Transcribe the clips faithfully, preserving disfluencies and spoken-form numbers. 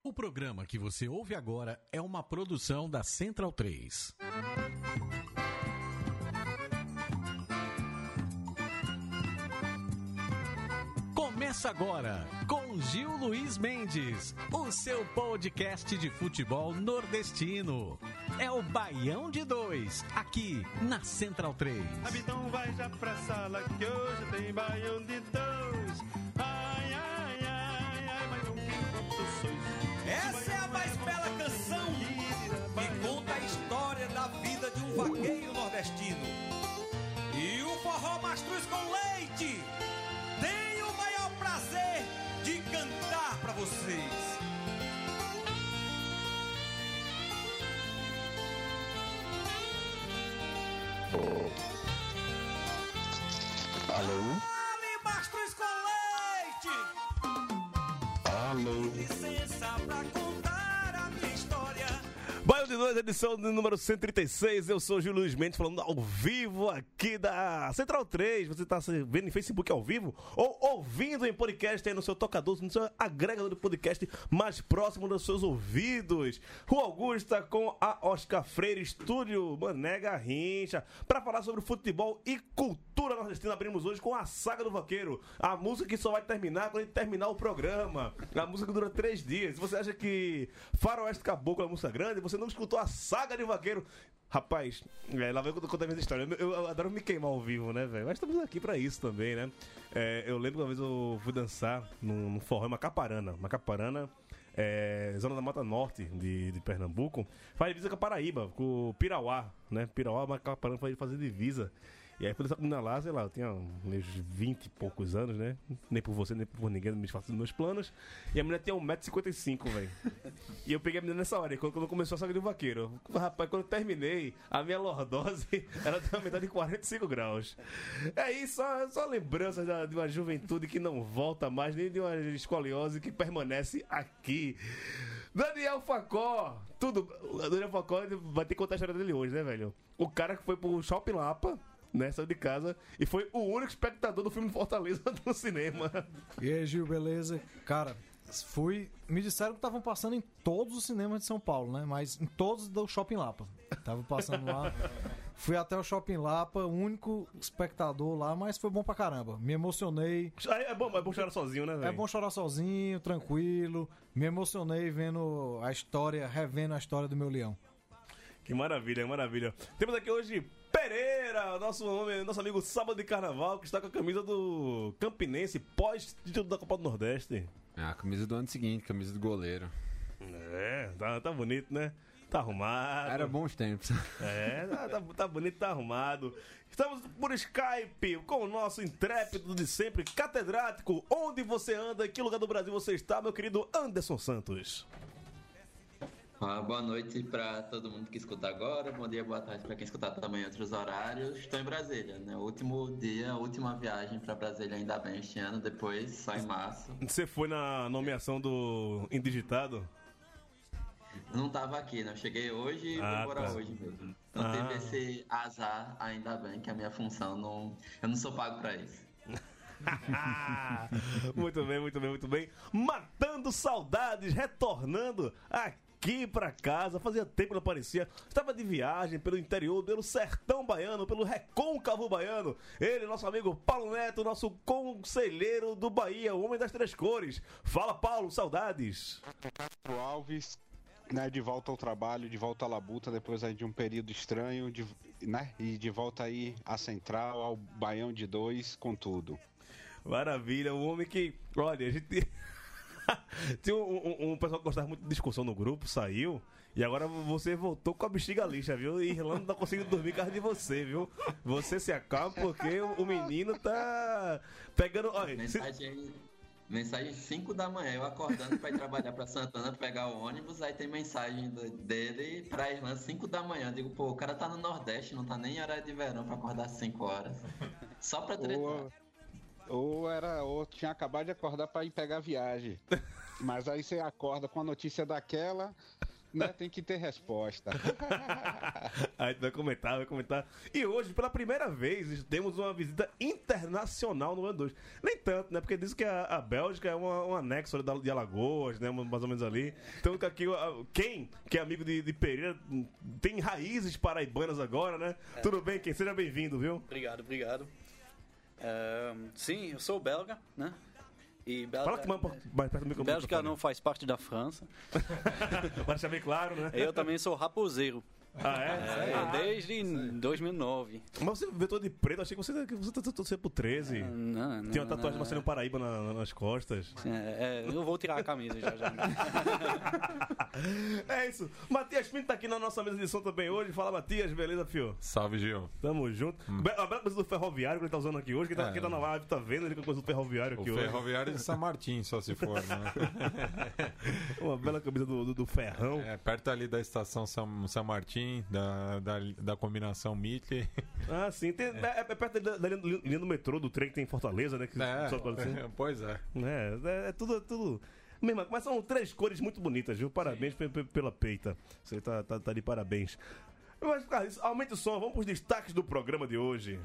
O programa que você ouve agora é uma produção da Central três. Começa agora com Gil Luiz Mendes, o seu podcast de futebol nordestino. É o Baião de Dois, aqui na Central três. Então vai já pra sala que hoje tem Baião de Dois. Ai, ai, ai, ai, mas não que sois. Essa é a mais bela canção que conta a história da vida de um vaqueiro nordestino. E o forró mastruz com leite tem o maior prazer de cantar pra vocês. Alô? Fale, mastruz com leite! Alô? Licença pra contar a minha história. Baião de Dois, edição do número cento e trinta e seis. Eu sou o Gil Luiz Mendes, falando ao vivo aqui da Central três. Você está vendo em Facebook ao vivo ou ouvindo em podcast aí no seu tocador, no seu agregador de podcast mais próximo dos seus ouvidos. Rua Augusta com a Oscar Freire, estúdio Mané Garrincha, para falar sobre futebol e cultura nordestina. Abrimos hoje com a Saga do Vaqueiro, a música que só vai terminar quando a gente terminar o programa. A música que dura três dias. Se você acha que Faroeste Caboclo é uma música grande, você não escutou a Saga de Vaqueiro. Rapaz, é, lá vem eu contar a minha história. Eu, eu, eu adoro me queimar ao vivo, né, velho? Mas estamos aqui pra isso também, né? É, eu lembro que uma vez eu fui dançar num, num forró, Macaparana. Macaparana, é, zona da Mata Norte de, de Pernambuco. Faz divisa com a Paraíba, com o Pirauá, né? Pirauá, Macaparana faz fazer divisa. E aí, por essa menina lá, sei lá, eu tinha uns vinte e poucos anos, né? Nem por você, nem por ninguém, não me faço dos meus planos. E a menina tinha um metro e cinquenta e cinco, velho. E eu peguei a menina nessa hora, e quando, quando começou a Saga do Vaqueiro. Rapaz, quando eu terminei, a minha lordose, ela tem uma metade de quarenta e cinco graus. É isso, só, só lembranças da, de uma juventude que não volta mais, nem de uma escoliose que permanece aqui. Daniel Facó, tudo. O Daniel Facó vai ter que contar a história dele hoje, né, velho? O cara que foi pro Shopping Lapa, né, saiu de casa e foi o único espectador do filme Fortaleza no cinema. E aí, Gil, beleza? Cara, fui... Me disseram que estavam passando em todos os cinemas de São Paulo, né? Mas em todos do Shopping Lapa. Tava passando lá. Fui até o Shopping Lapa, único espectador lá, mas foi bom pra caramba. Me emocionei. É bom, é bom chorar sozinho, né, velho? É bom chorar sozinho, tranquilo. Me emocionei vendo a história, revendo a história do meu leão. Que maravilha, maravilha. Temos aqui hoje Pereira, nosso homem, nosso amigo Sábado de Carnaval, que está com a camisa do Campinense pós-título da Copa do Nordeste. É, a camisa do ano seguinte, camisa do goleiro. É, tá, tá bonito, né? Tá arrumado. Era bons tempos. É, tá, tá, tá bonito, tá arrumado. Estamos por Skype com o nosso intrépido de sempre, catedrático. Onde você anda, em que lugar do Brasil você está, meu querido Anderson Santos? Ah, boa noite para todo mundo que escuta agora, bom dia, boa tarde para quem escutar também em outros horários. Estou em Brasília, né? O último dia, a última viagem para Brasília, ainda bem, este ano, depois só em março. Você foi na nomeação do Indigitado? Eu não estava aqui, né? Eu cheguei hoje e vou Ah, embora tá. hoje mesmo. Então Ah. teve esse azar, ainda bem, que a minha função não... Eu não sou pago para isso. Muito bem, muito bem, muito bem. Matando saudades, retornando aqui pra casa. Fazia tempo que não aparecia. Estava de viagem pelo interior, pelo sertão baiano, pelo recôncavo baiano. Ele, nosso amigo Paulo Neto, nosso conselheiro do Bahia, o homem das três cores. Fala, Paulo, saudades. Castro Alves, né, de volta ao trabalho, de volta à labuta, depois aí de um período estranho, de, né, e de volta aí à Central, ao Baião de Dois, com tudo. Maravilha, o homem que... Olha, a gente... Tinha um, um, um pessoal que gostava muito de discussão no grupo, saiu, e agora você voltou com a bexiga lixa, viu? E Irlanda não tá conseguindo dormir por causa de você, viu? Você se acalma porque o, o menino tá pegando... Olha, Mensagem... Mensagem cinco da manhã, eu acordando pra ir trabalhar pra Santana, pegar o ônibus, aí tem mensagem do- dele pra Irlanda cinco da manhã. Digo, pô, o cara tá no Nordeste, não tá nem em horário de verão pra acordar cinco horas. Só pra tretar. Ou, ou era, ou tinha acabado de acordar pra ir pegar viagem. Mas aí você acorda com a notícia daquela, Né, tem que ter resposta. A gente vai comentar, vai comentar. E hoje, pela primeira vez, temos uma visita internacional no ano dois. Nem tanto, né? Porque diz que a, a Bélgica é uma, um anexo ali da- de Alagoas, né? Mais ou menos ali. Então, que aqui, a- quem, que é amigo de, de Pereira, tem raízes paraibanas agora, né? Tudo bem, quem? Seja bem-vindo, viu? Obrigado, obrigado. É, sim, eu sou belga, né? E Bélgica, Fala que mais, mais perto do microfone. Bélgica não faz parte da França. Para deixar bem claro, né? Eu também sou raposeiro. Ah, é? É, desde dois mil e nove. Mas você veio todo de preto, achei que você, que você torcia pro treze. Não, não, Tem uma tatuagem não, Marcelo Paraíba na- na- nas costas. É, é, eu vou tirar a camisa já já. É isso. Matias Pinto tá aqui na nossa mesa de som também hoje. Fala, Matias, beleza, fio? Salve, Gil. Tamo junto. Be- A bela coisa do ferroviário que ele tá usando aqui hoje. Quem tá, É. quem tá na live tá vendo ele com a coisa do ferroviário O aqui hoje. ferroviário de São Martin, só se for, né? Uma bela camisa do, do, do ferrão. É, perto ali da estação São, São Martin, da, da, da combinação Mickey. Ah, sim. Tem, é. é perto da, da linha, linha do metrô, do trem que tem em Fortaleza, né? Que É, só pode ser. pois é. É, é, é tudo, é tudo. Meu irmão, mas são três cores muito bonitas, viu? Parabéns pe- pe- pela peita. Você tá, tá, tá de parabéns. Mas, cara, isso, aumente o som, vamos pros destaques do programa de hoje.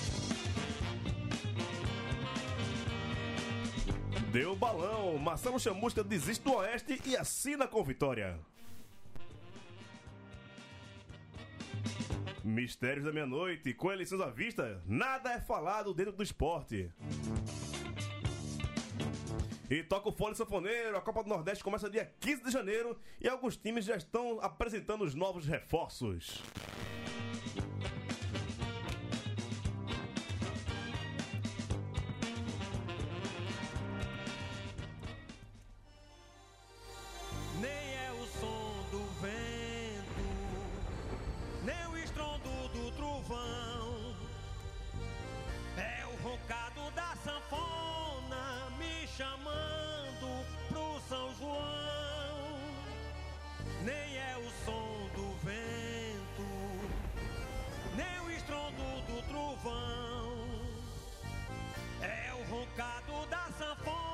Deu balão, Marcelo Chamusca desiste do Oeste e assina com vitória. Mistérios da meia-noite, com eleições à vista, nada é falado dentro do esporte. E toca o fole sanfoneiro, a Copa do Nordeste começa dia quinze de janeiro e alguns times já estão apresentando os novos reforços. Nem é o som do vento, nem o estrondo do trovão. É o roncado da sanfona me chamando pro São João. Nem é o som do vento, nem o estrondo do trovão. É o roncado da sanfona.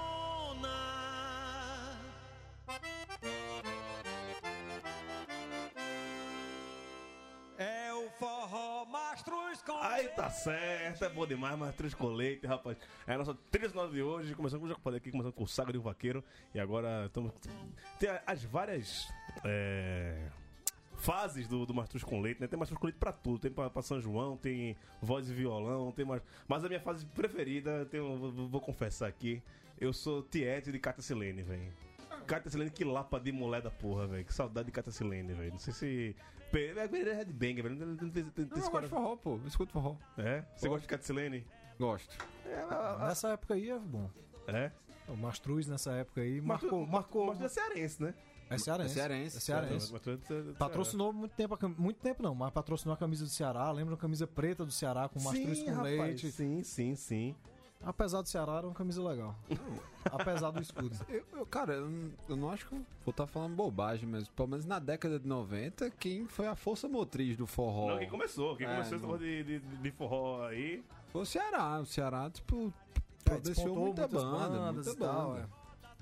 É o forró Mastruz com Aí tá certo, é bom demais, mas três com leite, rapaz. É a nossa trilha sonora de hoje, começando, como eu já falei aqui, começando com o Saga de um Vaqueiro. E agora estamos. Tem as várias é, fases do, do Mastruz com leite, né? Tem Mastruz com leite pra tudo. Tem pra, pra São João, tem voz e violão, tem mais. Mas a minha fase preferida, tenho, vou, vou confessar aqui, eu sou Tiete de Cátia Silene, velho. Cátia Silene, que lapa de mulher da porra, velho. Que saudade de Cátia Silene, velho. Não sei se. É headbanger, velho. Não, não, não, tem- tem- tem Não, esse eu gosto cara- de forró, pô. Eu escuto forró. É? Você gosta de Cátia Silene? Gosto. Nessa época aí é bom. É? O Mastruz nessa época aí Mas marcou. tu- marcou Mas tu é cearense, né? é cearense. É cearense, É cearense. Mas tu é do Ceará. Patrocinou muito tempo, a cam- muito tempo não, mas patrocinou a camisa do Ceará. Lembra uma camisa preta do Ceará com Mastruz Sim, com rapaz, leite. Sim, sim, sim. Apesar do Ceará, era uma camisa legal. Apesar do escudo. Eu, eu- cara, eu, não- eu não acho que eu vou estar falando bobagem, mas pelo menos na década de noventa, quem foi a força motriz do forró? Não, quem começou? Quem É, começou esse não. negócio de, de, de forró aí? Foi o Ceará. O Ceará, tipo, É, deixou despontou muita muitas banda, bandas muita e tal, banda.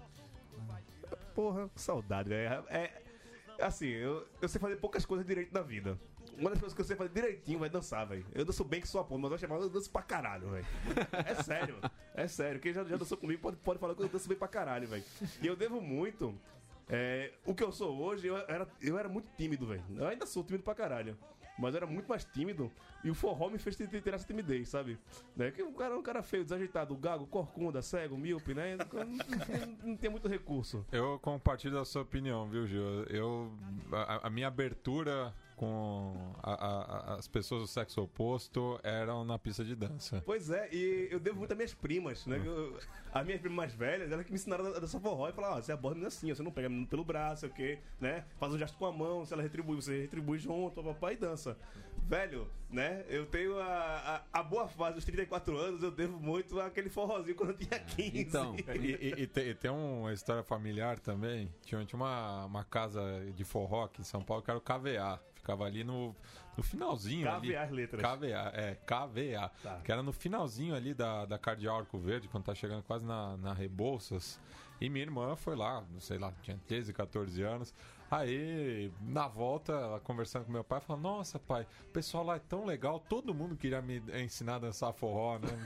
Porra, que saudade, velho. É, é, assim, eu, eu sei fazer poucas coisas direito na vida. Uma das coisas que eu sei fazer direitinho vai dançar, velho. Eu danço bem que sou a porra, mas eu chamar eu danço pra caralho, velho. É sério, é sério. Quem já, já dançou comigo pode, pode falar que eu danço bem pra caralho, velho. E eu devo muito. É, o que eu sou hoje, eu era, eu era muito tímido, velho. Eu ainda sou tímido pra caralho. Mas eu era muito mais tímido e o forró me fez ter, ter essa timidez, sabe? Né? Que o cara é um cara feio, desajeitado, gago, corcunda, cego, míope, né? Não, não, tem- não tem muito recurso. Eu compartilho da sua opinião, viu, Gil? Eu, a, a minha abertura com a- a- a- as pessoas do sexo oposto eram na pista de dança. Pois é, e eu devo muito às minhas primas, né? Eu- as minhas primas mais velhas, elas que me ensinaram a dançar forró e falaram, ó, você aborda a menina assim, ó, você não pega a menina pelo braço, sei o quê, né? Faz um gesto com a mão, se ela retribui, você retribui junto, papai e dança. Velho, né? Eu tenho a, a, a boa fase dos trinta e quatro anos, eu devo muito àquele forrozinho quando eu tinha quinze. Então, E, e- e tem, e tem uma história familiar também. Tinha, tinha uma, uma casa de forró aqui em São Paulo que era o K V A. Ficava ali no No finalzinho ali. K V A as letras. K V A, é, K V A. Tá. Que era no finalzinho ali da, da Cardeal Arco Verde, quando tá chegando quase na, na Rebouças. E minha irmã foi lá, não sei lá, tinha treze, catorze anos. Aí, na volta, ela conversando com meu pai, falou: Nossa, pai, o pessoal lá é tão legal, todo mundo queria me ensinar a dançar forró, né?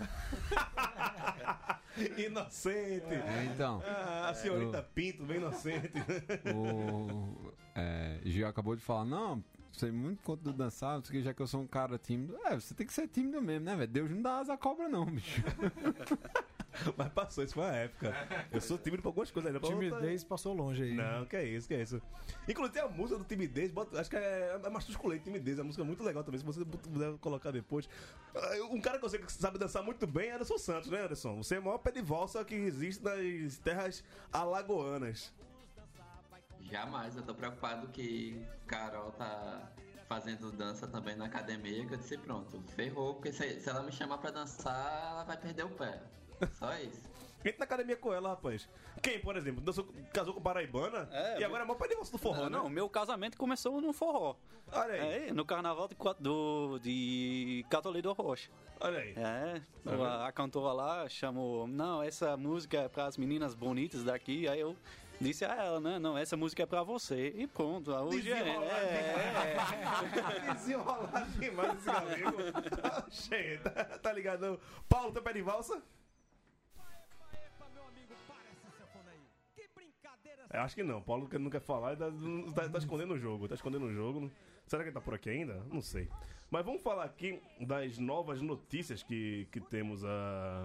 Inocente. É, então. Ah, a senhorita eu- Pinto, bem inocente. O é, Gil acabou de falar, não, sei muito quanto do dançar, não sei o que, já que eu sou um cara tímido. É, você tem que ser tímido mesmo, né, velho? Deus não dá asa à cobra, não, bicho. Mas passou, isso foi uma época. Eu sou tímido pra algumas coisas ainda. pra Timidez passou longe aí. outra- Não, que é isso, que é isso. Inclusive tem a música do Timidez, bota- acho que é, é Mastus com Leite, Timidez, a música é muito legal também, se você puder colocar depois. Ah, Um cara que eu sei que sabe dançar muito bem é Anderson Santos, né, Anderson? Você é o maior pé de valsa que existe nas terras alagoanas. Jamais, eu tô preocupado que Carol tá fazendo dança também na academia, que eu disse, pronto, ferrou, porque se, se ela me chamar pra dançar, ela vai perder o pé. Só isso. Entra na academia com ela, rapaz. Quem, por exemplo, dançou, casou com Paraibana É, e agora é o maior pé de valsa do forró, Não, né? não, meu casamento começou no forró. Olha aí, É, no carnaval de, Qua- do, de Catolino Rocha. olha aí. É, vendo? a, a cantora lá chamou, não, essa música é para as meninas bonitas daqui, aí eu disse a ela, né, não, essa música é pra você, e pronto, hoje é, Desenrolar é, é. Desenrolar demais esse amigo. Cheio, tá, tá ligado? Não? Paulo, teu pé de valsa? Eu acho que não. Paulo que não quer falar, tá, tá, tá escondendo o jogo. Tá escondendo o jogo. Será que ele tá por aqui ainda? Não sei. Mas vamos falar aqui das novas notícias que, que temos a.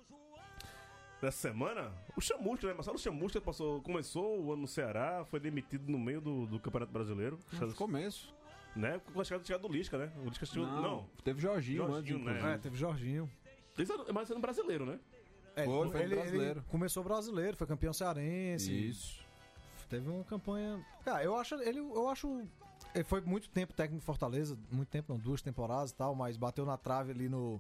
Nessa semana. O Chamusca, né? Marcelo Chamusca passou, começou o ano no Ceará, foi demitido no meio do, do Campeonato Brasileiro. No começo. Né? Com a chegada, chegada do Lisca, né? O Lisca chegou. Não, Não. teve Jorginho, Jorginho, antes, né? inclusive. É, teve Jorginho. Esse é- Mas sendo brasileiro, né? É, Foi, foi ele, brasileiro. ele começou brasileiro, foi campeão cearense. Isso. Teve uma campanha. Cara, eu acho ele. Eu acho. Ele foi muito tempo técnico de Fortaleza, muito tempo, não, duas temporadas e tal, mas bateu na trave ali no.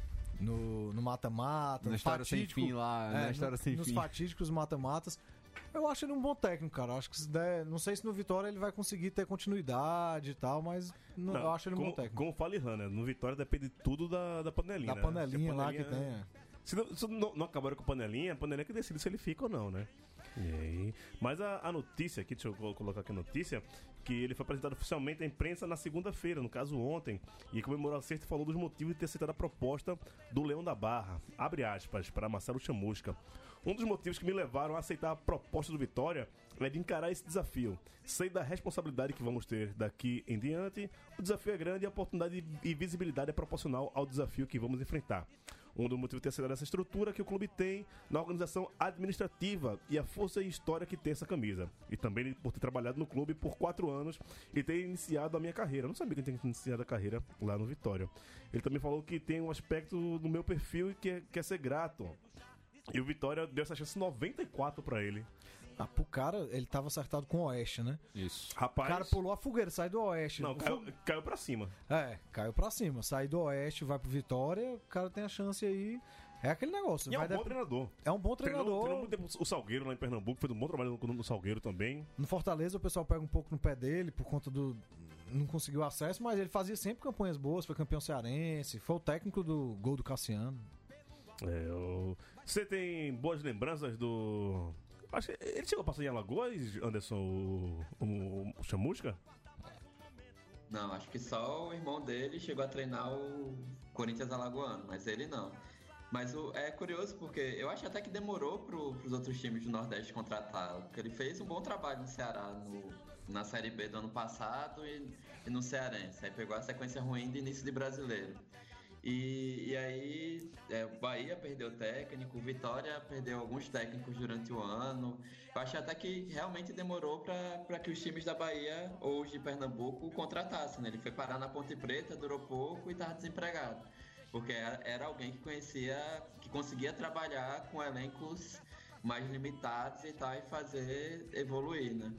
No no mata-mata. Na história sem fatídico. fim lá, na É, história no- sem nos fim. fatídicos mata-matas. Eu acho ele um bom técnico, cara. Eu acho que se der. Não sei se no Vitória ele vai conseguir ter continuidade e tal, mas não- eu acho ele um como, bom técnico. Como fala Irlan, né? No Vitória depende tudo da, da panelinha. Da né? panelinha Se a lá que tem. é. Se não, se não, não acabaram com a panelinha, a panelinha que decide se ele fica ou não, né? E aí? Mas a, a notícia aqui, deixa eu colo- colocar aqui a notícia, que ele foi apresentado oficialmente à imprensa na segunda-feira, no caso ontem, e comemorou a sexta e falou dos motivos de ter aceitado a proposta do Leão da Barra. Abre aspas, para Marcelo Chamusca. Um dos motivos que me levaram a aceitar a proposta do Vitória é de encarar esse desafio. Sei da responsabilidade que vamos ter daqui em diante. O desafio é grande e a oportunidade e visibilidade é proporcional ao desafio que vamos enfrentar. Um dos motivos de ter aceitado essa estrutura que o clube tem na organização administrativa e a força e história que tem essa camisa. E também por ter trabalhado no clube por quatro anos e ter iniciado a minha carreira. Eu não sabia que ele tinha iniciado a carreira lá no Vitória. Ele também falou que tem um aspecto do meu perfil e que quer ser grato. E o Vitória deu essa chance noventa e quatro pra ele. Ah, pro cara, ele tava acertado com o Oeste, né? Isso. O Rapaz. cara pulou a fogueira, sai do Oeste. Não, O caiu, Fu- caiu pra cima. É, caiu pra cima. Sai do Oeste, vai pro Vitória, o cara tem a chance aí. É aquele negócio. E é um vai bom dep- treinador. é um bom Treinou, treinador. treinou muito tempo o Salgueiro lá em Pernambuco, fez um bom trabalho no, no Salgueiro também. No Fortaleza o pessoal pega um pouco no pé dele por conta do. Não conseguiu acesso, mas ele fazia sempre campanhas boas, foi campeão cearense, foi o técnico do gol do Cassiano. É, o... Você tem boas lembranças do. Acho que ele chegou a passar em Alagoas, Anderson, o, o, o Chamusca? Não, acho que só o irmão dele chegou a treinar o Corinthians Alagoano, mas ele não. Mas o, é curioso porque eu acho até que demorou pro, pros outros times do Nordeste contratá-lo, porque ele fez um bom trabalho no Ceará no, na Série B do ano passado e, e no Cearense. Aí pegou a sequência ruim de início de brasileiro. E, e aí é, o Bahia perdeu técnico, o Vitória perdeu alguns técnicos durante o ano. Eu acho até que realmente demorou para que os times da Bahia ou os de Pernambuco o contratassem, né? Ele foi parar na Ponte Preta, durou pouco e estava desempregado. Porque era, era alguém que conhecia, que conseguia trabalhar com elencos mais limitados e tal, e fazer evoluir, né?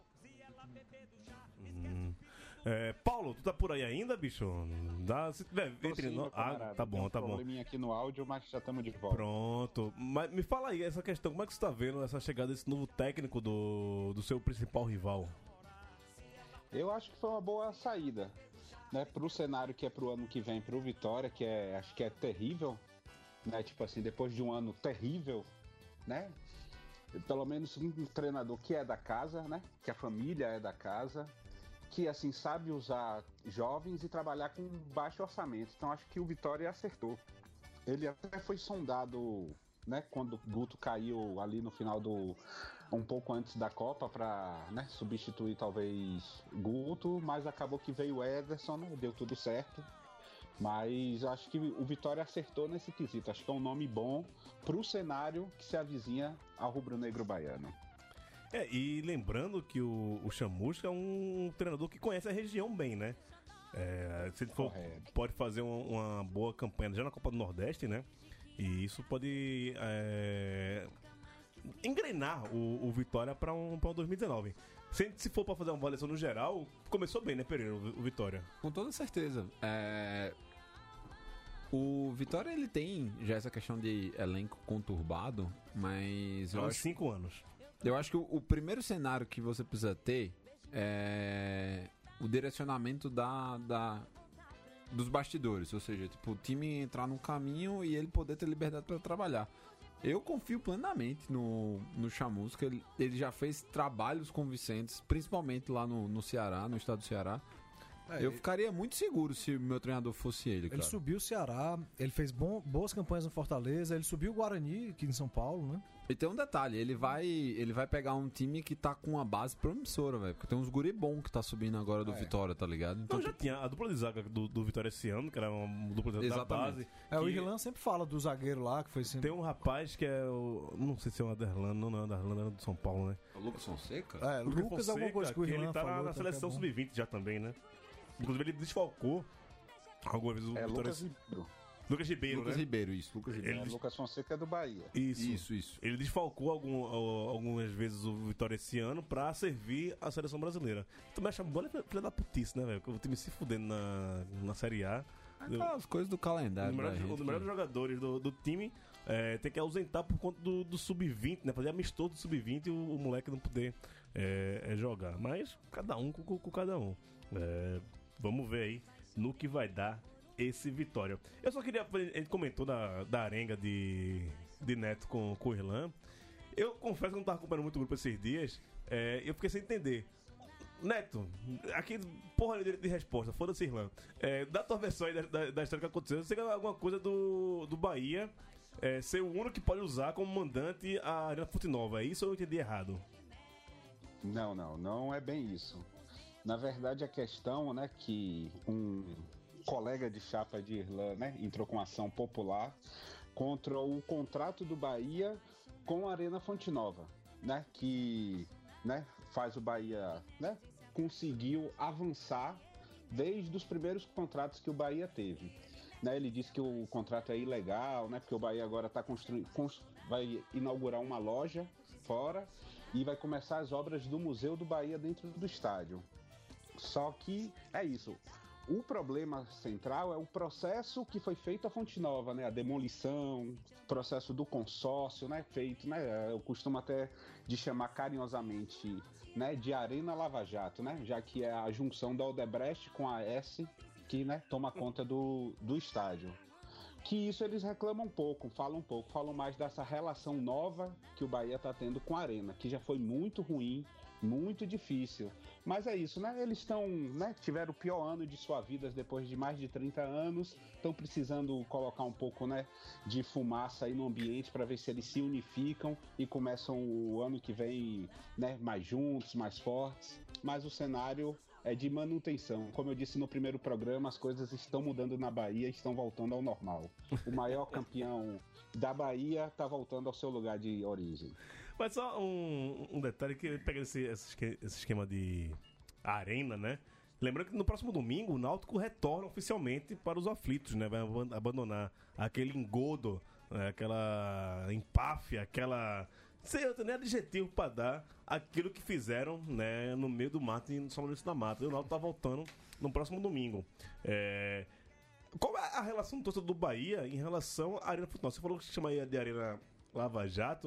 Hum. É, Paulo, tu tá por aí ainda, bicho? Dá, se tiver Tô entre sim, nós. meu Ah, camarada. tá Deu bom, um tá bom. probleminha aqui no áudio, mas já estamos de volta. Pronto. Mas me fala aí essa questão, como é que você tá vendo essa chegada desse novo técnico do, do seu principal rival? Eu acho que foi uma boa saída. né, pro cenário que é pro ano que vem, pro Vitória, que é, acho que é terrível, né, tipo assim, depois de um ano terrível, né, pelo menos um treinador que é da casa, né, que a família é da casa, que assim sabe usar jovens e trabalhar com baixo orçamento. Então acho que o Vitória acertou. Ele até foi sondado, né, quando o Guto caiu ali no final do um pouco antes da Copa para, né, substituir talvez Guto, mas acabou que veio o Ederson, né, deu tudo certo. Mas acho que o Vitória acertou nesse quesito. Acho que é um nome bom pro cenário que se avizinha ao rubro-negro baiano. É, e lembrando que o, o Chamusca é um treinador que conhece a região bem, né? É, se ele for, pode fazer uma, uma boa campanha já na Copa do Nordeste, né? E isso pode é, engrenar o, o Vitória para um, um dois mil e dezenove. Se, se for para fazer uma avaliação no geral, começou bem, né, Pereira, o, o Vitória? Com toda certeza. É... O Vitória, ele tem já essa questão de elenco conturbado, mas... Há Há uns cinco anos. Eu acho que o, o primeiro cenário que você precisa ter é o direcionamento da, da, dos bastidores. Ou seja, tipo, o time entrar num caminho e ele poder ter liberdade para trabalhar. Eu confio plenamente no, no Chamusca. Ele, ele já fez trabalhos convincentes, principalmente lá no, no Ceará, no estado do Ceará. É, eu ele... ficaria muito seguro se o meu treinador fosse ele, cara. Ele subiu o Ceará, ele fez bom, boas campanhas no Fortaleza, ele subiu o Guarani aqui em São Paulo, né? E tem um detalhe, ele vai, ele vai pegar um time que tá com uma base promissora, velho. Porque tem uns guri bom que tá subindo agora do é. Vitória, tá ligado? Então já tinha a dupla de zaga do, do Vitória esse ano, que era uma dupla de zaga da base. É, que... o Irlan sempre fala do zagueiro lá, que foi sempre... Tem um rapaz que é o... Não sei se é o Aderlan, não, não é o Aderlan, era do São Paulo, né? O Lucas Fonseca? É, o Lucas, Lucas é alguma coisa que o Irlan ele tá falou, na, na seleção é sub vinte já também, né? Inclusive ele desfalcou algumas vezes o é, Vitória... Lucas Ribeiro. Lucas Ribeiro, Lucas né? Ribeiro, isso. Lucas Ribeiro. É, Lucas Fonseca é do Bahia. Isso, isso. isso. Ele desfalcou algum, algumas vezes o Vitória esse ano pra servir a seleção brasileira. Tu me acha boa filha da putice, né, velho? O time se fudendo na, na Série A. Aquelas coisas do calendário. Os melhores jogadores do, do time é, tem que ausentar por conta do, do sub vinte, né? Fazer amistoso do sub vinte e o, o moleque não poder é, é jogar. Mas cada um com, com cada um. É, vamos ver aí no que vai dar esse Vitória. Eu só queria... A gente comentou da, da arenga de, de Neto com, com o Irlan. Eu confesso que não estava acompanhando muito o grupo esses dias. É, eu fiquei sem entender. Neto, aqui, porra de, de resposta, foda-se, Irlan. É, dá a tua versão aí da, da, da história que aconteceu. Você quer alguma coisa do, do Bahia é, ser o único que pode usar como mandante a Arena Fonte Nova. É isso ou eu entendi errado? Não, não, não é bem isso. Na verdade, a questão, né, que um colega de chapa de Irlan, né, entrou com ação popular contra o contrato do Bahia com a Arena Fonte Nova, né, que, né, faz o Bahia, né, conseguiu avançar desde os primeiros contratos que o Bahia teve. Né, ele disse que o contrato é ilegal, né, porque o Bahia agora tá construindo, constru... vai inaugurar uma loja fora e vai começar as obras do Museu do Bahia dentro do estádio. Só que é isso. O problema central é o processo que foi feito a Fonte Nova, né? A demolição, processo do consórcio, né? Feito, né? Eu costumo até de chamar carinhosamente, né? De Arena Lava Jato, né? Já que é a junção da Odebrecht com a S que, né? Toma conta do, do estádio. Que isso eles reclamam um pouco, falam um pouco, falam mais dessa relação nova que o Bahia está tendo com a Arena, que já foi muito ruim, muito difícil. Mas é isso, né? Eles estão, né? Tiveram o pior ano de sua vida depois de mais de trinta anos, estão precisando colocar um pouco, né, de fumaça aí no ambiente para ver se eles se unificam e começam o ano que vem, né, mais juntos, mais fortes. Mas o cenário é de manutenção. Como eu disse no primeiro programa, as coisas estão mudando na Bahia e estão voltando ao normal. O maior campeão da Bahia está voltando ao seu lugar de origem. Mas só um, um detalhe que pega esse, esse esquema de arena, né? Lembrando que no próximo domingo o Náutico retorna oficialmente para os aflitos, né? Vai abandonar aquele engodo, né? Aquela empáfia, aquela... Sei, eu tenho nem adjetivo para dar aquilo que fizeram, né, no meio do mato e no São Lourenço da Mata. E o Náutico tá voltando no próximo domingo. É... Qual é a relação do torcedor do Bahia em relação à Arena Futebol? Você falou que chama aí de Arena Lava Jato.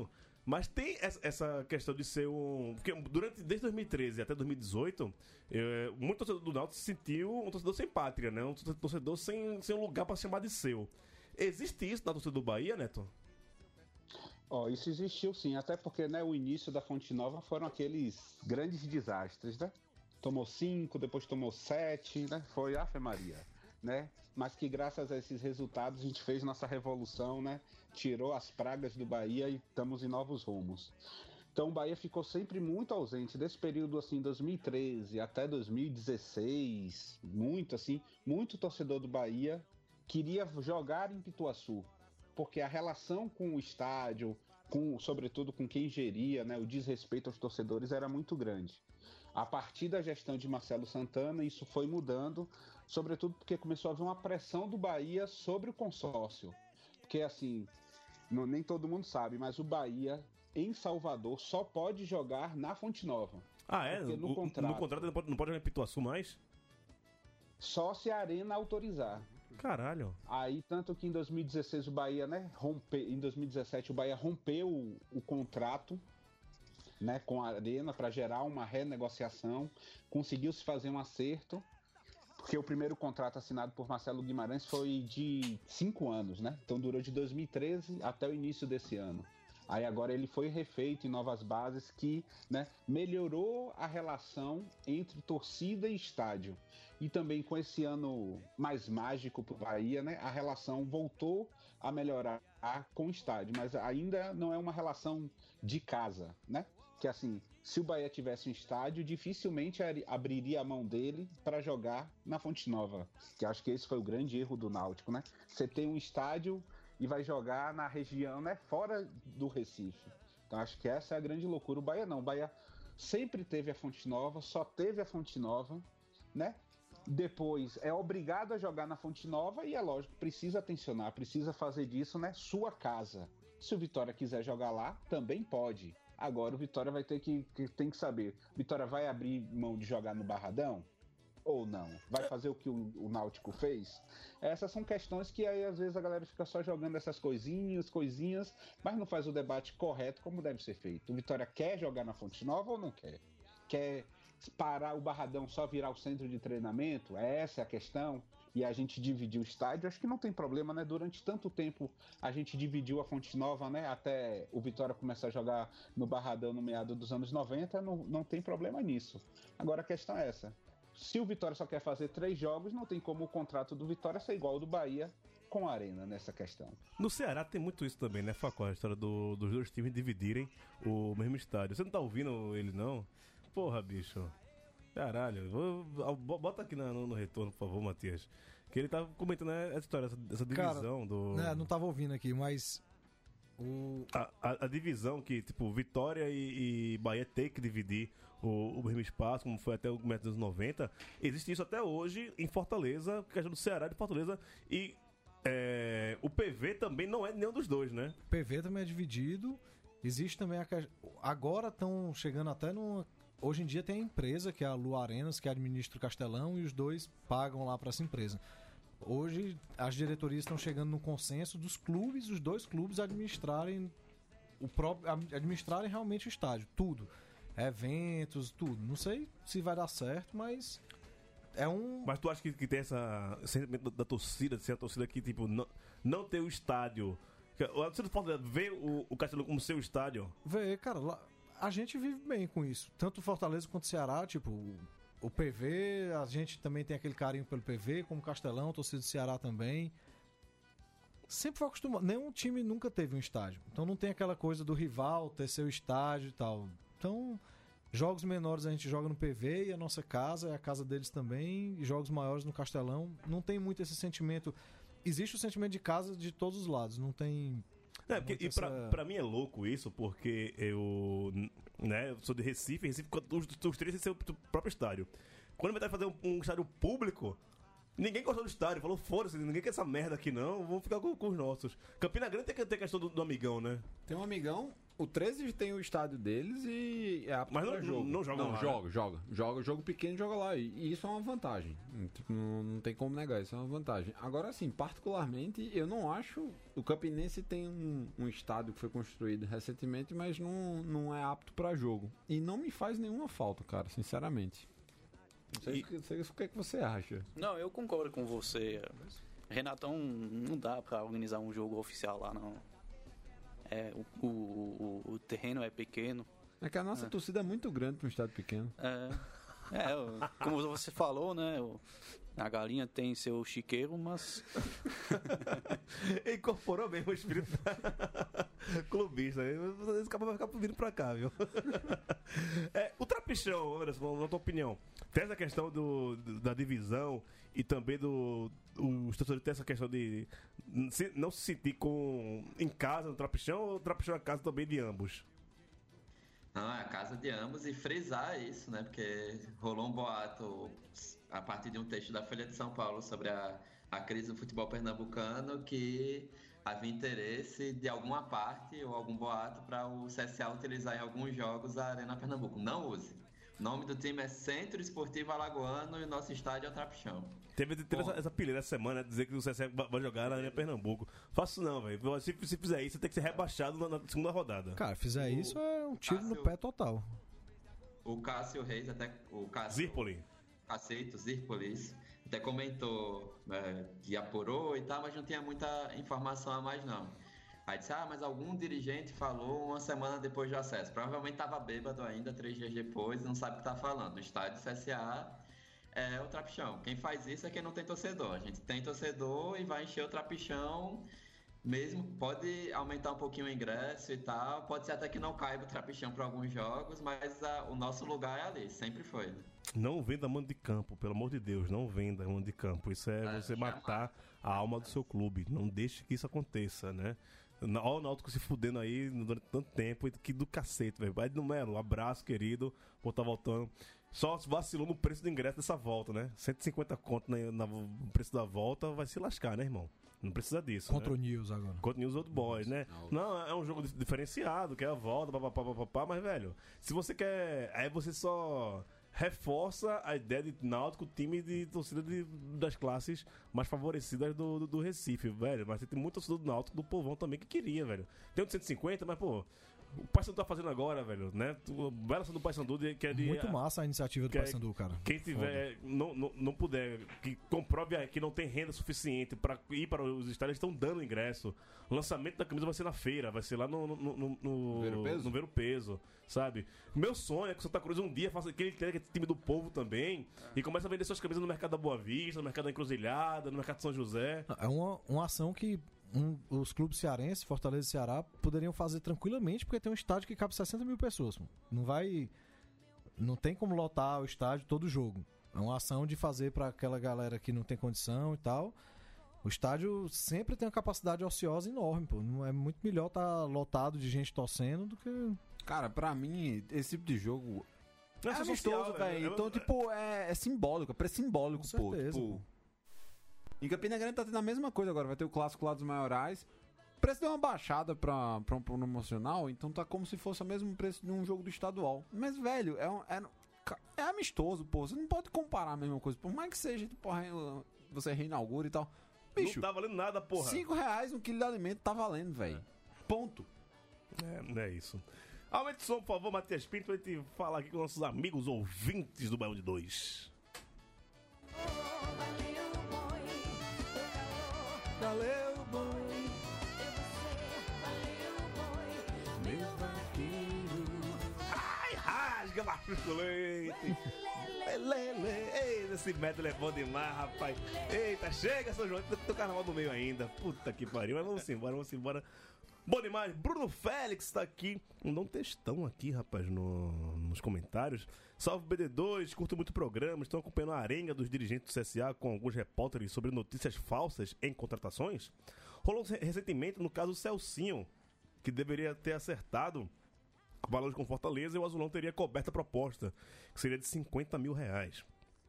Mas tem essa questão de ser um... Porque durante, desde dois mil e treze até dois mil e dezoito, é, muito torcedor do Náutico se sentiu um torcedor sem pátria, né? Um torcedor sem, sem um lugar para chamar de seu. Existe isso na torcida do Bahia, Neto? Ó, isso existiu sim, até porque, né, o início da Fonte Nova foram aqueles grandes desastres, né? Tomou cinco, depois tomou sete, né? Foi Ave Maria, né? Mas que graças a esses resultados a gente fez nossa revolução, né? Tirou as pragas do Bahia e estamos em novos rumos. Então o Bahia ficou sempre muito ausente desse período assim, dois mil e treze até dois mil e dezesseis, muito assim, muito torcedor do Bahia queria jogar em Pituaçu, porque a relação com o estádio, com, sobretudo com quem geria, né, o desrespeito aos torcedores era muito grande. A partir da gestão de Marcelo Santana, isso foi mudando, sobretudo porque começou a haver uma pressão do Bahia sobre o consórcio. Porque, assim, não, nem todo mundo sabe, mas o Bahia, em Salvador, só pode jogar na Fonte Nova. Ah, é? No, o, contrato, no contrato não pode, não pode jogar em Pituaçu mais? Só se a Arena autorizar. Caralho. Aí, tanto que em dois mil e dezesseis o Bahia, né, rompe... em dois mil e dezessete o Bahia rompeu o, o contrato, né, com a Arena para gerar uma renegociação, conseguiu se fazer um acerto, porque o primeiro contrato assinado por Marcelo Guimarães foi de cinco anos, né? Então durou de dois mil e treze até o início desse ano. Aí agora ele foi refeito em novas bases que, né, melhorou a relação entre torcida e estádio. E também com esse ano mais mágico para o Bahia, né, a relação voltou a melhorar com o estádio, mas ainda não é uma relação de casa, né? Que assim, se o Bahia tivesse um estádio, dificilmente abriria a mão dele para jogar na Fonte Nova. Que acho que esse foi o grande erro do Náutico, né? Você tem um estádio e vai jogar na região, né, fora do Recife. Então acho que essa é a grande loucura. O Bahia não, o Bahia sempre teve a Fonte Nova, só teve a Fonte Nova, né? Depois é obrigado a jogar na Fonte Nova e é lógico, precisa atencionar, precisa fazer disso, né, sua casa. Se o Vitória quiser jogar lá, também pode. Agora o Vitória vai ter que, que, tem que saber, Vitória vai abrir mão de jogar no Barradão? Ou não? Vai fazer o que o, o Náutico fez? Essas são questões que aí às vezes a galera fica só jogando essas coisinhas, coisinhas, mas não faz o debate correto como deve ser feito. O Vitória quer jogar na Fonte Nova ou não quer? Quer parar o Barradão só virar o centro de treinamento? Essa é a questão. E a gente dividiu o estádio, acho que não tem problema, né? Durante tanto tempo a gente dividiu a Fonte Nova, né? Até o Vitória começar a jogar no Barradão no meado dos anos noventa, não, não tem problema nisso. Agora a questão é essa. Se o Vitória só quer fazer três jogos, não tem como o contrato do Vitória ser igual ao do Bahia com a Arena nessa questão. No Ceará tem muito isso também, né, Facó? A história do, dos dois times dividirem o mesmo estádio. Você não tá ouvindo ele, não? Porra, bicho. Caralho. Vou, bota aqui no, no retorno, por favor, Matias. Que ele tava comentando essa história, essa, essa divisão. Cara, do... né, não tava ouvindo aqui, mas... O... A, a, a divisão que, tipo, Vitória e, e Bahia tem que dividir o, o mesmo espaço, como foi até o começo dos anos noventa, existe isso até hoje em Fortaleza, questão do Ceará e de Fortaleza, e é, o P V também não é nenhum dos dois, né? O P V também é dividido, existe também a... Agora estão chegando até numa... Hoje em dia tem a empresa, que é a Lu Arenas, que administra o Castelão, e os dois pagam lá para essa empresa. Hoje as diretorias estão chegando no consenso dos clubes, os dois clubes administrarem o próprio, administrarem realmente o estádio, tudo, eventos, tudo. Não sei se vai dar certo, mas é um. Mas tu acha que, que tem essa sentimento da, da torcida, de ser a torcida que tipo não, não ter o estádio? A torcida pode ver o, o Castelão como seu estádio? Vê, cara, lá, a gente vive bem com isso, tanto Fortaleza quanto Ceará, tipo. O P V, a gente também tem aquele carinho pelo P V, como Castelão, torcida do Ceará também. Sempre foi acostumado. Nenhum time nunca teve um estádio. Então não tem aquela coisa do rival ter seu estádio e tal. Então, jogos menores a gente joga no P V e a nossa casa é a casa deles também. E jogos maiores no Castelão. Não tem muito esse sentimento. Existe o sentimento de casa de todos os lados. Não tem... É, porque, e pra, essa... pra mim é louco isso, porque eu, né, eu sou de Recife, Recife os, os três têm seu próprio estádio. Quando vai fazer um, um estádio público, Ninguém gostou do estádio, falou, foda-se, ninguém quer essa merda aqui não, vamos ficar com, com os nossos. Campina Grande tem que ter questão do, do amigão, né? Tem um amigão, o treze tem o estádio deles e é apto Mas não- pra jogo. não joga Não, lá, joga, joga. Joga, jogo pequeno joga lá. E, e isso é uma vantagem. Não, não tem como negar, isso é uma vantagem. Agora, assim, particularmente, eu não acho... O Campinense tem um, um estádio que foi construído recentemente, mas não, não é apto pra jogo. E não me faz nenhuma falta, cara, sinceramente. Não sei, E- o que- sei o que é que você acha. Não, eu concordo com você. Renatão, não dá pra organizar um jogo oficial lá, não. É, o, o, o, o terreno é pequeno. É que a nossa torcida é muito grande pra um estádio pequeno. É, é, o- como você falou, né? o- a galinha tem seu chiqueiro, mas Incorporou mesmo o espírito clubista. Esse cara vai ficar vindo pra cá, viu? É, o Trapichão, Anderson, na tua opinião, tem essa questão do, do- da divisão e também do. Os torcedores têm essa questão de se- não se sentir com, em casa no Trapichão ou o Trapichão é a casa também de ambos? Não, é a casa de ambos e frisar isso, né? Porque rolou um boato a partir de um texto da Folha de São Paulo sobre a, a crise do futebol pernambucano que havia interesse de alguma parte ou algum boato para o C S A utilizar em alguns jogos a Arena Pernambuco. Não use. O nome do time é Centro Esportivo Alagoano e o nosso estádio é o Trapichão. Teve, teve essa, essa pilha essa semana, né, dizer que o C S A vai jogar na Arena Pernambuco. Faço não, velho. Se, se fizer isso, você tem que ser rebaixado na, na segunda rodada. Cara, fizer isso é um tiro no Cássio- pé total. O Cássio Reis, até o Cássio Zirpoli. Aceito, Zirpolis, até comentou é, que apurou e tal, mas não tinha muita informação a mais não. Aí disse, ah, mas algum dirigente falou uma semana depois do acesso. Provavelmente estava bêbado ainda, três dias depois, não sabe o que está falando. O estádio C S A é o Trapichão. Quem faz isso é quem não tem torcedor. A gente tem torcedor e vai encher o Trapichão mesmo. Pode aumentar um pouquinho o ingresso e tal. Pode ser até que não caiba o Trapichão para alguns jogos, mas a, o nosso lugar é ali, sempre foi. Não venda mando de campo, pelo amor de Deus, não venda mando de campo. Isso é É, você jamais. matar a alma do seu clube. Não deixe que isso aconteça, né? Olha o Náutico se fudendo aí durante tanto tempo, que do cacete, velho. Vai no Melo, um abraço, querido, por estar voltando. Só vacilou no preço do ingresso dessa volta, né? cento e cinquenta conto na, na- no preço da volta, vai se lascar, né, irmão? Não precisa disso. Contra né? o News agora. Contra News Old Boys, né? Não, é um jogo dif- diferenciado, que é a volta, papapá, papapá, mas, velho, se você quer. Aí você só reforça a ideia de Náutico, time de torcida de, das classes mais favorecidas do, do, do Recife, velho. Mas tem muito torcedor do Náutico, do povão também que queria, velho. Tem um de cento e cinquenta, mas, pô, o Paysandu tá fazendo agora, velho, né? O belo ação do Paysandu de- que é de. Muito massa a iniciativa do que é- Paysandu, cara. Quem tiver, não, não, não puder, que comprove aí que não tem renda suficiente pra ir para os estádios, estão dando ingresso. O lançamento da camisa vai ser na feira, vai ser lá no, no, no, no, Ver o Peso? no Ver o Peso, sabe? Meu sonho é que o Santa Cruz um dia faça aquele que é time do povo também e comece a vender suas camisas no mercado da Boa Vista, no mercado da Encruzilhada, no mercado de São José. É uma, uma ação que um- os clubes cearenses, Fortaleza e Ceará, poderiam fazer tranquilamente, porque tem um estádio que cabe sessenta mil pessoas. Pô. Não vai. Não tem como lotar o estádio todo jogo. É uma ação de fazer para aquela galera que não tem condição e tal. O estádio sempre tem uma capacidade ociosa enorme, pô. Não é muito melhor estar lotado de gente torcendo do que. Cara, pra mim, esse tipo de jogo Não é social, amistoso, velho. eu- Então, tipo, é, é simbólico, é pré-simbólico, Com pô. certeza, Tipo, pô. em Campina Grande tá tendo a mesma coisa agora. Vai ter o clássico lá dos maiorais. O preço deu uma baixada pra, pra um promocional, então tá como se fosse o mesmo preço de um jogo do estadual. Mas, velho, é, um- é, é amistoso, pô. Você não pode comparar a mesma coisa. Por mais que seja, tipo, você reinaugura e tal. Bicho, Não tá valendo nada, porra. cinco reais um quilo de alimento tá valendo, velho. Ponto. É, não é isso. Aumente o som, por favor, Matias Pinto, pra gente falar aqui com nossos amigos ouvintes do Baião de Dois. Valeu, boi. Ai, rasga, machuca o leite. Lele. Ei, esse método é bom demais, rapaz. Eita, chega, São João. Tem o carnaval no meio ainda. Puta que pariu. Mas vamos embora, vamos embora. Bom demais. Bruno Félix tá aqui. Mandou um textão aqui, rapaz, no, nos comentários. Salve B D dois, curto muito o programa. Estão acompanhando a arenga dos dirigentes do C S A com alguns repórteres sobre notícias falsas em contratações? Rolou recentemente no caso do Celcinho, que deveria ter acertado valores com Fortaleza e o Azulão teria coberto a proposta, que seria de cinquenta mil reais.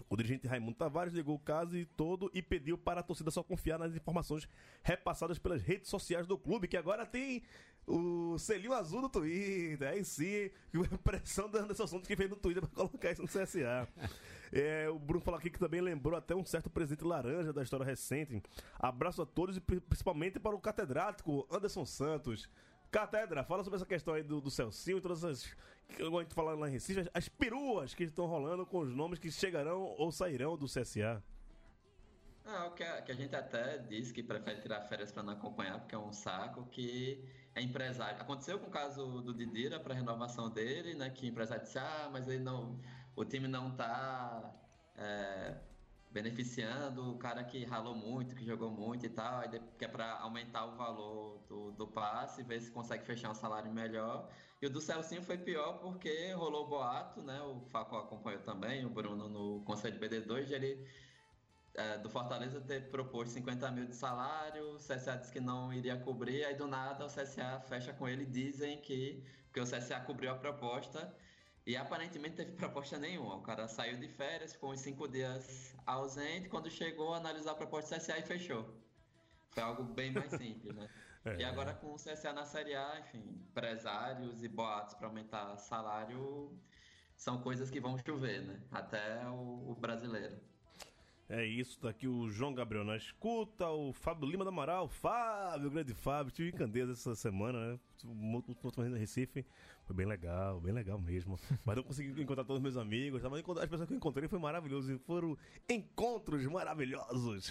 O dirigente Raimundo Tavares ligou o caso e todo e pediu para a torcida só confiar nas informações repassadas pelas redes sociais do clube, que agora tem o selinho azul do Twitter. Aí sim, pressão do Anderson Santos que fez no Twitter para colocar isso no C S A. É, o Bruno falou aqui que também lembrou até um certo presidente laranja da história recente. Abraço a todos e principalmente para o catedrático Anderson Santos. Catedra, fala sobre essa questão aí do, do Celcinho e todas essas, que a gente falando lá em Recife, as, as peruas que estão rolando com os nomes que chegarão ou sairão do C S A. Ah, o que a, que a gente até diz que prefere tirar férias para não acompanhar, porque é um saco, que é empresário. Aconteceu com o caso do Didira para renovação dele, né? Que o empresário disse, ah, mas ele não, o time não está é, beneficiando o cara que ralou muito, que jogou muito e tal, aí que é para aumentar o valor do, do passe, ver se consegue fechar um salário melhor. E o do Celcinho foi pior porque rolou boato, né? O Faco acompanhou também, o Bruno no Conselho B D dois, ele... É, do Fortaleza ter proposto cinquenta mil de salário, o C S A disse que não iria cobrir, aí do nada o C S A fecha com ele e dizem que porque o C S A cobriu a proposta e aparentemente teve proposta nenhuma. O cara saiu de férias, ficou uns cinco dias ausente, quando chegou a analisar a proposta do C S A e fechou. Foi algo bem mais simples, né? É. E agora com o C S A na Série A, enfim, empresários e boatos para aumentar salário são coisas que vão chover, né? Até o, o brasileiro. É isso, tá aqui o João Gabriel na escuta, o Fábio Lima do Amaral, Fábio, grande Fábio, estive em Candeias essa semana, né, muito, muito mais no Recife, foi bem legal, bem legal mesmo, mas não consegui encontrar todos os meus amigos, mas as pessoas que eu encontrei foi maravilhoso, foram encontros maravilhosos.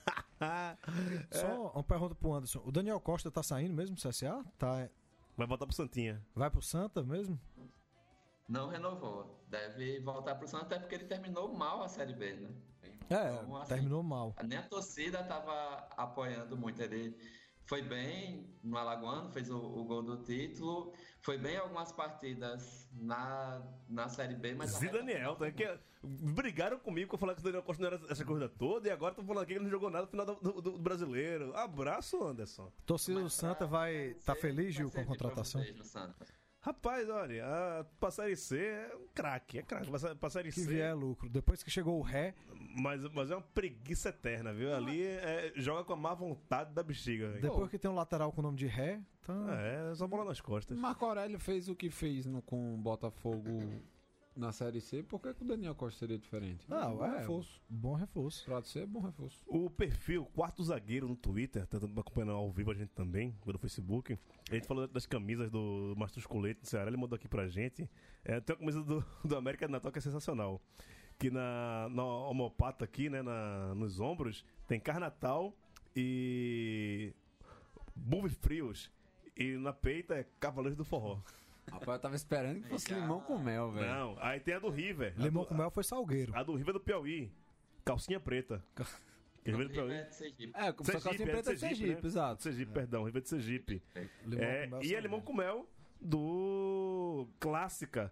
é. Só uma pergunta pro Anderson, o Daniel Costa tá saindo mesmo do C S A? Tá... Vai voltar pro Santinha. Vai pro Santa mesmo? Não renovou, deve voltar pro Santa até porque ele terminou mal a Série B, né? É, então, assim, terminou mal. Nem a torcida estava apoiando muito. Ele foi bem no Alagoano, fez o, o gol do título, foi bem em algumas partidas na, na Série B, mas... Zé Daniel, tá, que brigaram comigo pra falar que o Daniel Costa não era essa coisa toda, e agora estão falando que ele não jogou nada no final do, do, do brasileiro. Abraço, Anderson. Torcida do Santa vai estar tá feliz, Gil, com a contratação? Rapaz, olha, a pra Série C é um craque, é craque. Pra Série que C... vier lucro. Depois que chegou o Ré... Mas, mas é uma preguiça eterna, viu? Ali é, joga com a má vontade da bexiga. Véio. Depois que tem um lateral com o nome de Ré... Tá... É, só bola nas costas. Marco Aurélio fez o que fez no, com o Botafogo na Série C, por que, que o Daniel Costa seria diferente? Ah, bom é, reforço. Bom reforço. Pra ser, bom reforço. O perfil Quarto Zagueiro no Twitter, tá acompanhando ao vivo a gente também, pelo Facebook. A gente falou das camisas do Mastruz Colete do Ceará, ele mandou aqui pra gente. É, tem a camisa do, do América de Natal que é sensacional. Que na, na homopata aqui, né, na, nos ombros, tem Carnatal e Bulve Frios. E na peita é Cavaleiros do Forró. Rapaz, eu tava esperando que fosse limão com mel, velho. Não, aí tem a do River. Limão do, com mel foi Salgueiro. A do River do Piauí. Calcinha preta. River do Piauí. É de Sergipe. É, como só calcinha preta é de Sergipe, né? exato. Sergipe, perdão, River de Sergipe. Limão É, com mel, e é limão com mel do clássica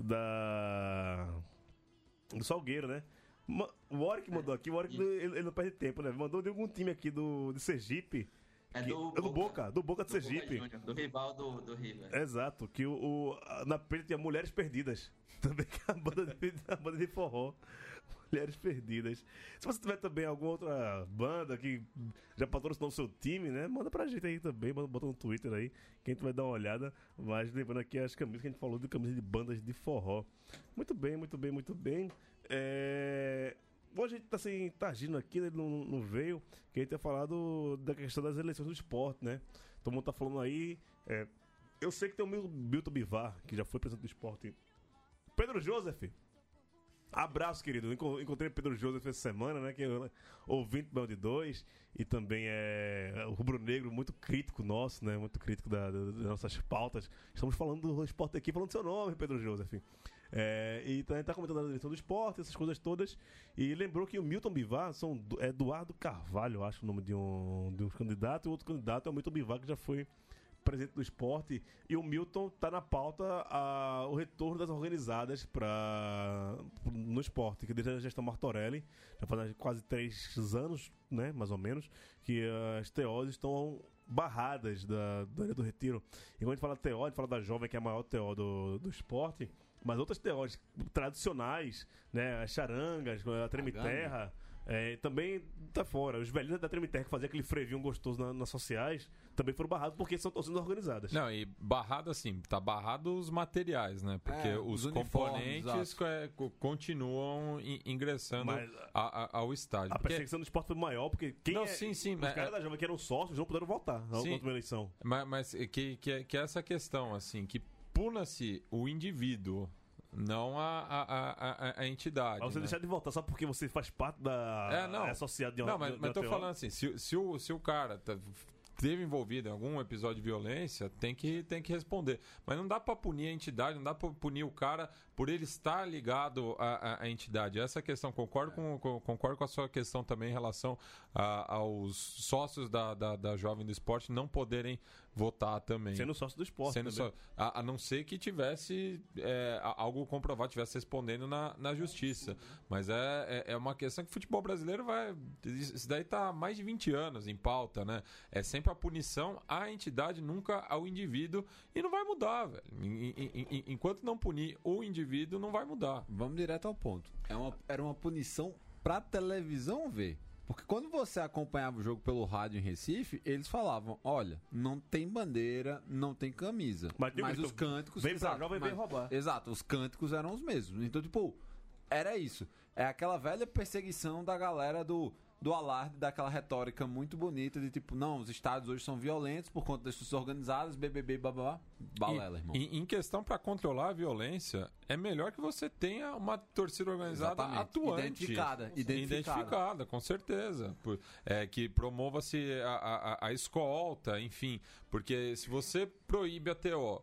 da do Salgueiro, né? O Warwick mandou aqui, o Warwick ele, ele não perde tempo, né? Mandou de algum time aqui do, de Sergipe. É que, do, é do Boca, do Boca de do Sergipe. Boca Júnior, do rival do, do River. Exato, que o, o na peita tinha Mulheres Perdidas. Também que é a banda de, a banda de forró. Mulheres Perdidas. Se você tiver também alguma outra banda que já patrocinou o seu time, né? Manda pra gente aí também, manda, bota no Twitter aí, que a gente vai dar uma olhada. Mas lembrando aqui as camisas que a gente falou de camisas de bandas de forró. Muito bem, muito bem, muito bem. É... Hoje a gente tá sem Targino aqui, ele não, não veio, que a gente ia falar do, da questão das eleições do esporte, né? Todo mundo tá falando aí. É... Eu sei que tem o Milton Bivar, que já foi presidente do esporte. Pedro Joseph. Abraço, querido. Encontrei o Pedro Joseph essa semana, né? Que é ouvinte do Bel de dois e também é o rubro-negro muito crítico nosso, né? Muito crítico da, da, das nossas pautas. Estamos falando do esporte aqui, falando do seu nome, Pedro Joseph. É, e também está comentando a eleição do esporte, essas coisas todas. E lembrou que o Milton Bivar são, é Eduardo Carvalho, eu acho o nome de um, de um candidato, e o outro candidato é o Milton Bivar, que já foi presidente do esporte, e o Milton está na pauta a, o retorno das organizadas pra, no esporte, que desde a gestão Martorelli, já faz quase três anos, né, mais ou menos, que as T Os estão barradas da, da Ilha do Retiro. E quando a gente fala T O, a gente fala da Jovem, que é a maior T O do, do esporte, Mas outras T Os tradicionais, né? As charangas, a treme-terra, é, também tá fora. Os velhinhos da treme-terra que faziam aquele frevinho gostoso na, nas sociais também foram barrados porque são torcidas organizadas. Não, e barrado assim, tá barrado os materiais, né? Porque É, os, os uniformes, componentes é, co- continuam in- ingressando Mas a- a- ao estádio. A Porque- perseguição do esporte foi maior porque quem Não, é, sim, sim, os mas- caras da Jovem que eram sócios não puderam votar na Sim. última eleição. Mas, mas que, que, que essa questão, assim, que puna-se o indivíduo, não a, a, a, a, a entidade. Mas você né? deixar de votar só porque você faz parte da... É, não. é associado de uma Não, mas, de mas uma tô T O. falando assim, se, se, o, se o cara tá, teve envolvido em algum episódio de violência, tem que, tem que responder. Mas não dá pra punir a entidade, não dá pra punir o cara por ele estar ligado à, à, à entidade. Essa questão, concordo com, com, concordo com a sua questão também em relação a, aos sócios da, da, da Jovem do Esporte não poderem votar também. Sendo sócio do esporte Sendo também. só, a, a não ser que tivesse é, a- algo comprovado, tivesse respondendo na, na justiça. Mas é, é, é uma questão que o futebol brasileiro vai. Isso daí tá há mais de vinte anos em pauta, né? É sempre a punição à entidade, nunca ao indivíduo. E não vai mudar, velho. Em- em- em- Enquanto não punir o indivíduo, não vai mudar. Vamos direto ao ponto. É uma, era uma punição pra televisão ver. Porque quando você acompanhava o jogo pelo rádio em Recife, eles falavam, olha, não tem bandeira, não tem camisa. Mas, Mas, digo, os então, cânticos... vem pra exato, jovem, vem mas- roubar. Exato, os cânticos eram os mesmos. Então, tipo, era isso. É aquela velha perseguição da galera do... do alarde, daquela retórica muito bonita de tipo, não, os estádios hoje são violentos por conta das pessoas organizadas, B B B, babá, balela, irmão. Em, em questão para controlar a violência, é melhor que você tenha uma torcida organizada Exatamente. atuante. Identificada, identificada. Identificada, com certeza. Por- é, que promova-se a, a, a escolta, enfim. Porque se você proíbe a T O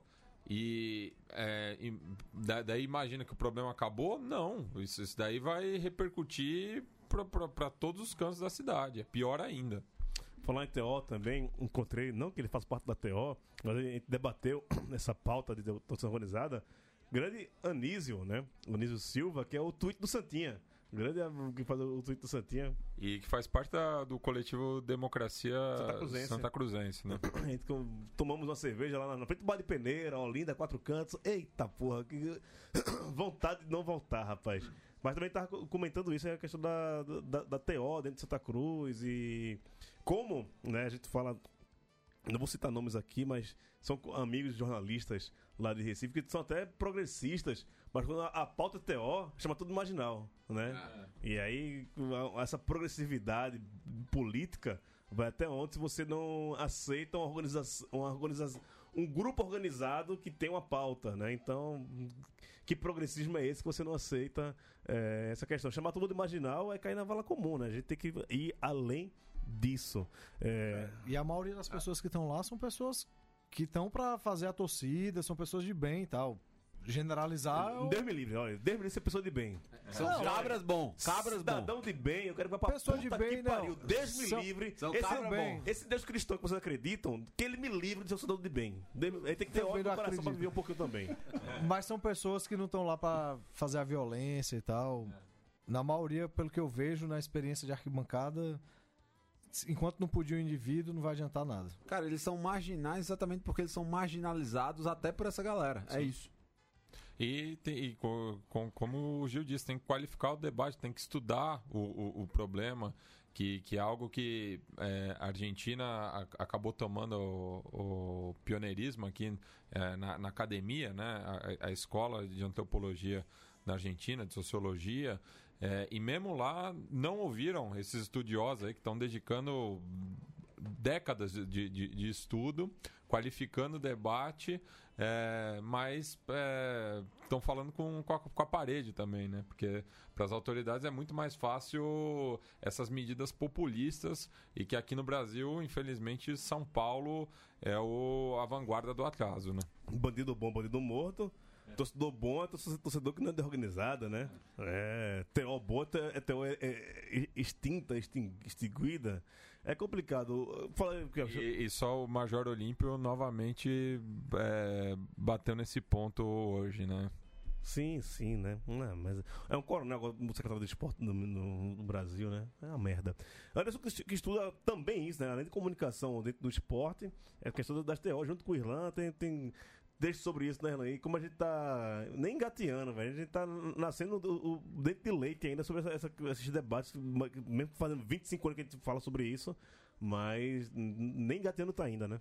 e, é, e da- daí imagina que o problema acabou, não. Isso, isso daí vai repercutir para todos os cantos da cidade. É pior ainda. Falar em T O também, encontrei, não que ele faça parte da T O, mas a gente debateu essa pauta de torcida organizada. Grande Anísio, né? Anísio Silva, que é o tweet do Santinha. Grande que faz o tweet do Santinha. E que faz parte da- do coletivo Democracia Santa Cruzense. Santa Cruzense, né? A gente com- tomamos uma cerveja lá na frente do Bar de Peneira, Olinda, Quatro Cantos. Eita porra, que vontade de não voltar, rapaz. Mas também tava comentando isso, é a questão da, da, da T O dentro de Santa Cruz e como, né, a gente fala, não vou citar nomes aqui, mas são amigos jornalistas lá de Recife que são até progressistas, mas quando a, a pauta é T O, chama tudo marginal, né? E aí a- essa progressividade política vai até onde se você não aceita uma organização, uma organização, um grupo organizado que tem uma pauta, né? Então, que progressismo é esse que você não aceita é, essa questão? Chamar todo mundo de marginal é cair na vala comum, né? A gente tem que ir além disso. É, E a maioria das pessoas que estão lá são pessoas que estão pra fazer a torcida, são pessoas de bem e tal. Generalizar. eu- Deus me livre, olha, Deus me livre ser pessoa de bem. São Não, cabras bom, cabras bom. Cidadão de bem, eu quero que vá pra Pessoa de puta bem, que não. pariu. Deus me São- livre. são esse, cabra bom. esse Deus cristão que vocês acreditam, que ele me livre de ser um cidadão de bem. Deus- Ele tem que ter Também ódio no não coração pra acredito. viver um pouquinho também. Mas são pessoas que não estão lá pra fazer a violência e tal. Na maioria, pelo que eu vejo, na experiência de arquibancada, enquanto não pudir o indivíduo, não vai adiantar nada. Cara, eles são marginais exatamente porque eles são marginalizados até por essa galera. É isso. E, tem- e co- com- como o Gil disse, tem que qualificar o debate, tem que estudar o, o, o problema, que, que é algo que é, a Argentina a- acabou tomando o, o pioneirismo aqui é, na, na academia, né? A, a escola de antropologia na Argentina, de sociologia, é, e mesmo lá não ouviram esses estudiosos aí que estão dedicando décadas de, de, de estudo, qualificando o debate, é, mas estão falando com, com, a, com a parede também, né? Porque para as autoridades é muito mais fácil essas medidas populistas e que aqui no Brasil, infelizmente, São Paulo é o, a vanguarda do atraso, né? Bandido bom, bandido morto. Torcedor bom é torcedor torcedor que não é desorganizada, né? É, T O boa é T O é, é, extinta, extin- extinguida. É complicado. Fala, E, e só o Major Olímpio novamente é, bateu nesse ponto hoje, né? Sim, sim, né? Não, mas é um coronel agora, o secretário de esporte no, no- no Brasil, né? É uma merda. Anderson que, que estuda também isso, né? Além de comunicação dentro do esporte, é a questão das T O junto com o Irlanda, tem, tem textos sobre isso, né, Renan? E como a gente tá nem engateando, velho. A gente tá nascendo o, o dente de leite ainda sobre essa, essa, esses debates, mesmo fazendo vinte e cinco anos que a gente fala sobre isso, mas nem engateando tá ainda, né?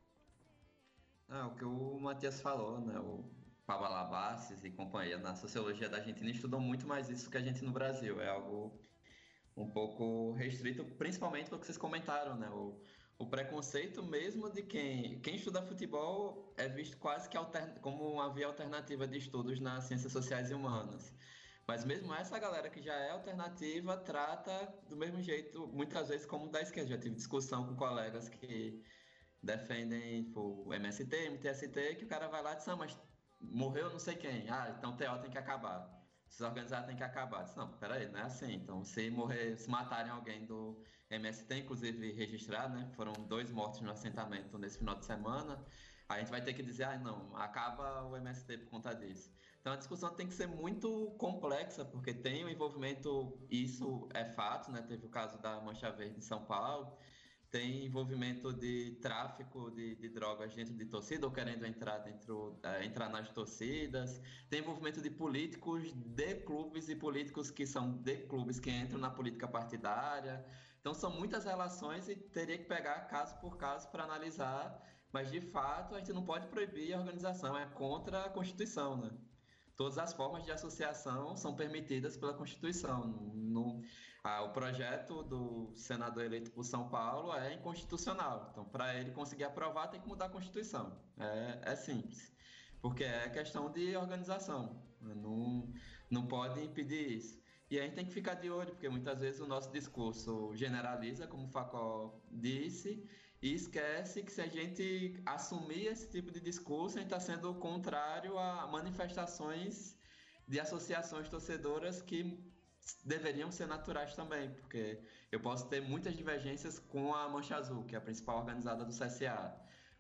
Ah, o que o Matias falou, né? O Pablo Alabasses e companhia na sociologia da Argentina estudam muito mais isso que a gente no Brasil. É algo um pouco restrito, principalmente pelo que vocês comentaram, né? O, o preconceito mesmo de quem, quem estuda futebol é visto quase que altern, como uma via alternativa de estudos nas ciências sociais e humanas. Mas mesmo essa galera que já é alternativa trata do mesmo jeito, muitas vezes, como da esquerda. Já tive discussão com colegas que defendem tipo, o M S T, M T S T, que o cara vai lá e diz, ah, mas morreu não sei quem. Ah, então o T O tem que acabar. Se organizar tem que acabar. Disse, não, peraí, não é assim. Então, se morrer, se matarem alguém do M S T, inclusive registrado, né? Foram dois mortos no assentamento nesse final de semana. A gente vai ter que dizer, ah, não, acaba o M S T por conta disso. Então, a discussão tem que ser muito complexa, porque tem o envolvimento, isso é fato, né? Teve o caso da Mancha Verde em São Paulo. Tem envolvimento de tráfico de, de drogas dentro de torcida, ou querendo entrar, dentro, é, entrar nas torcidas. Tem envolvimento de políticos de clubes e políticos que são de clubes que entram na política partidária. Então, são muitas relações e teria que pegar caso por caso para analisar. Mas, de fato, a gente não pode proibir a organização, é contra a Constituição, né? Todas as formas de associação são permitidas pela Constituição. No, ah, o projeto do senador eleito por São Paulo é inconstitucional. Então, para ele conseguir aprovar, tem que mudar a Constituição. É, é simples. Porque é questão de organização. Não, não pode impedir isso. E a gente tem que ficar de olho, porque muitas vezes o nosso discurso generaliza, como o Facó disse, e esquece que se a gente assumir esse tipo de discurso, a gente está sendo contrário a manifestações de associações torcedoras que deveriam ser naturais também, porque eu posso ter muitas divergências com a Mancha Azul, que é a principal organizada do C S A,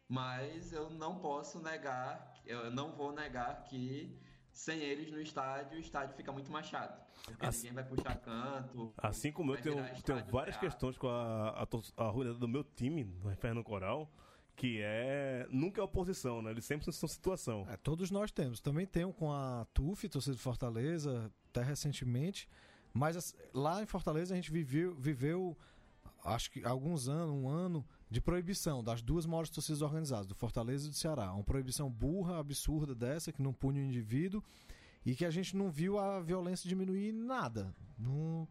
mas eu não posso negar, eu não vou negar que sem eles no estádio, o estádio fica muito mais chato. Porque assim, ninguém vai puxar canto. Assim como eu tenho, tenho várias teatro. questões com a, a, a ruína do meu time, no Inferno Coral, que é. Nunca é oposição, né? Eles sempre são situação. É, todos nós temos. Também tenho com a T U F, torcida de Fortaleza, até recentemente. Mas lá em Fortaleza a gente viveu, viveu acho que alguns anos, um ano, de proibição das duas maiores torcidas organizadas, do Fortaleza e do Ceará. Uma proibição burra, absurda dessa, que não pune o indivíduo e que a gente não viu a violência diminuir nada. Não,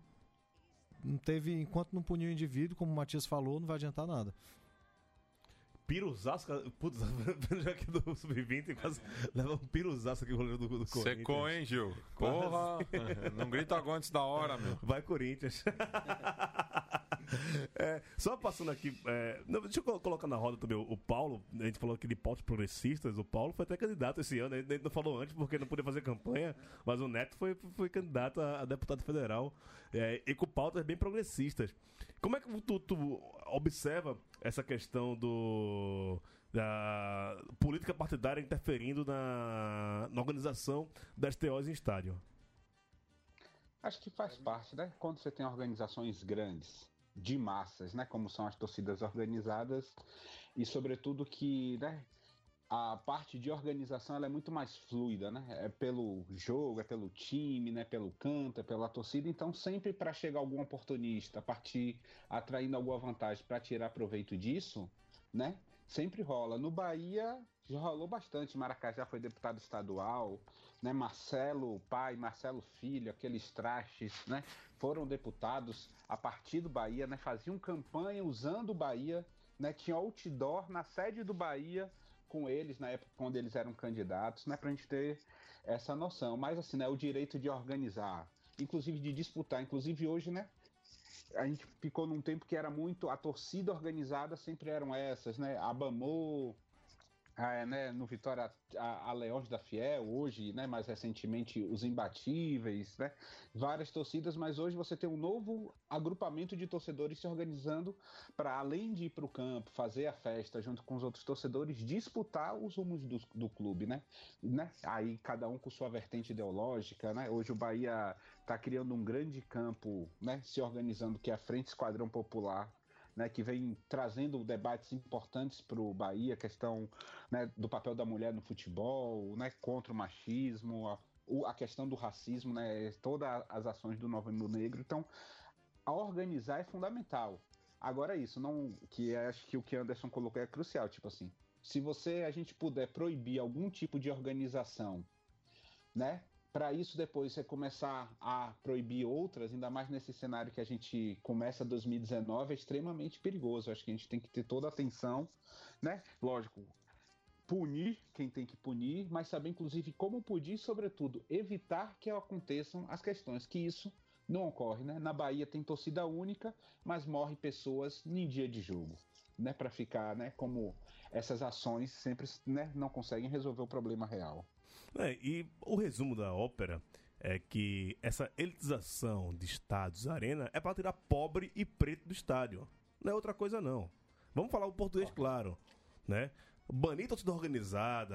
não teve, enquanto não puniu o indivíduo, como o Matias falou, não vai adiantar nada. Piruzaço, putz, já que do sub vinte quase leva um piruzaço aqui o goleiro do, do Corinthians. Secou, hein, Gil? Porra, não grita agora antes da hora, meu. Vai, Corinthians. É, só passando aqui, é, não, deixa eu colocar na roda também o, o Paulo. A gente falou aqui de pautas progressistas. O Paulo foi até candidato esse ano. A gente não falou antes porque não podia fazer campanha, mas o Neto foi, foi candidato a, a deputado federal, é, e com pautas bem progressistas. Como é que tu, tu observa essa questão do da política partidária interferindo na, na organização das T Os em estádio? Acho que faz parte, né? Quando você tem organizações grandes, de massas, né, como são as torcidas organizadas, e sobretudo que, né, a parte de organização ela é muito mais fluida, né, é pelo jogo, é pelo time, né, pelo canto, é pela torcida, então sempre para chegar algum oportunista, a partir atraindo alguma vantagem para tirar proveito disso, né, sempre rola. No Bahia já rolou bastante, Maracajá foi deputado estadual, né, Marcelo pai, Marcelo filho, aqueles trastes, né, foram deputados a partir do Bahia, né, faziam campanha usando o Bahia, né, tinha outdoor na sede do Bahia com eles, na época quando eles eram candidatos, né, pra gente ter essa noção. Mas assim, né, o direito de organizar, inclusive de disputar, inclusive hoje, né, a gente ficou num tempo que era muito, a torcida organizada sempre eram essas, né, a Bamô, Ah, né, no Vitória a, a Leões da Fiel, hoje, né, mais recentemente os Imbatíveis, né, várias torcidas, mas hoje você tem um novo agrupamento de torcedores se organizando para, além de ir para o campo, fazer a festa junto com os outros torcedores, disputar os rumos do, do clube, né? né, aí cada um com sua vertente ideológica, né, hoje o Bahia está criando um grande campo, né, se organizando, que é a Frente Esquadrão Popular, né, que vem trazendo debates importantes para o Bahia, a questão, né, do papel da mulher no futebol, né, contra o machismo, a, a questão do racismo, né, todas as ações do Novembro Negro. Então, a organizar é fundamental. Agora isso, não, que acho que o que Anderson colocou é crucial, tipo assim, se você, a gente puder proibir algum tipo de organização, né, para isso depois você começar a proibir outras, ainda mais nesse cenário que a gente começa dois mil e dezenove, é extremamente perigoso. Acho que a gente tem que ter toda a atenção, né? Lógico, punir quem tem que punir, mas saber inclusive como punir e, sobretudo, evitar que aconteçam as questões, que isso não ocorre, né? Na Bahia tem torcida única, mas morrem pessoas em dia de jogo, né? Para ficar, né? Como essas ações sempre, né, não conseguem resolver o problema real. É, e o resumo da ópera é que essa elitização de estádios, arena, é para tirar pobre e preto do estádio. Não é outra coisa, não. Vamos falar o português claro, né? Banir torcida organizada,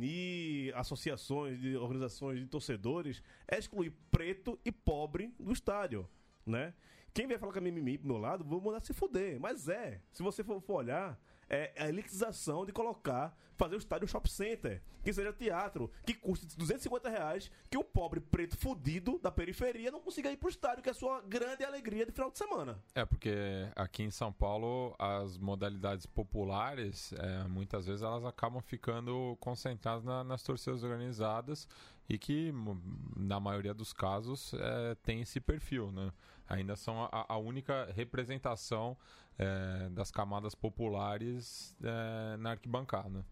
banir associações de organizações de torcedores é excluir preto e pobre do estádio, né? Quem vier falar com a mimimi pro meu lado, vou mandar se fuder. Mas é, se você for, for olhar, é a elitização de colocar, fazer o estádio shopping center, que seja teatro, que custe duzentos e cinquenta reais, que o pobre preto fudido da periferia não consiga ir pro estádio, que é a sua grande alegria de final de semana. É, porque aqui em São Paulo, as modalidades populares, é, muitas vezes elas acabam ficando concentradas na, nas torcidas organizadas e que, na maioria dos casos, é, tem esse perfil, né? Ainda são a, a única representação é, das camadas populares é, na arquibancada.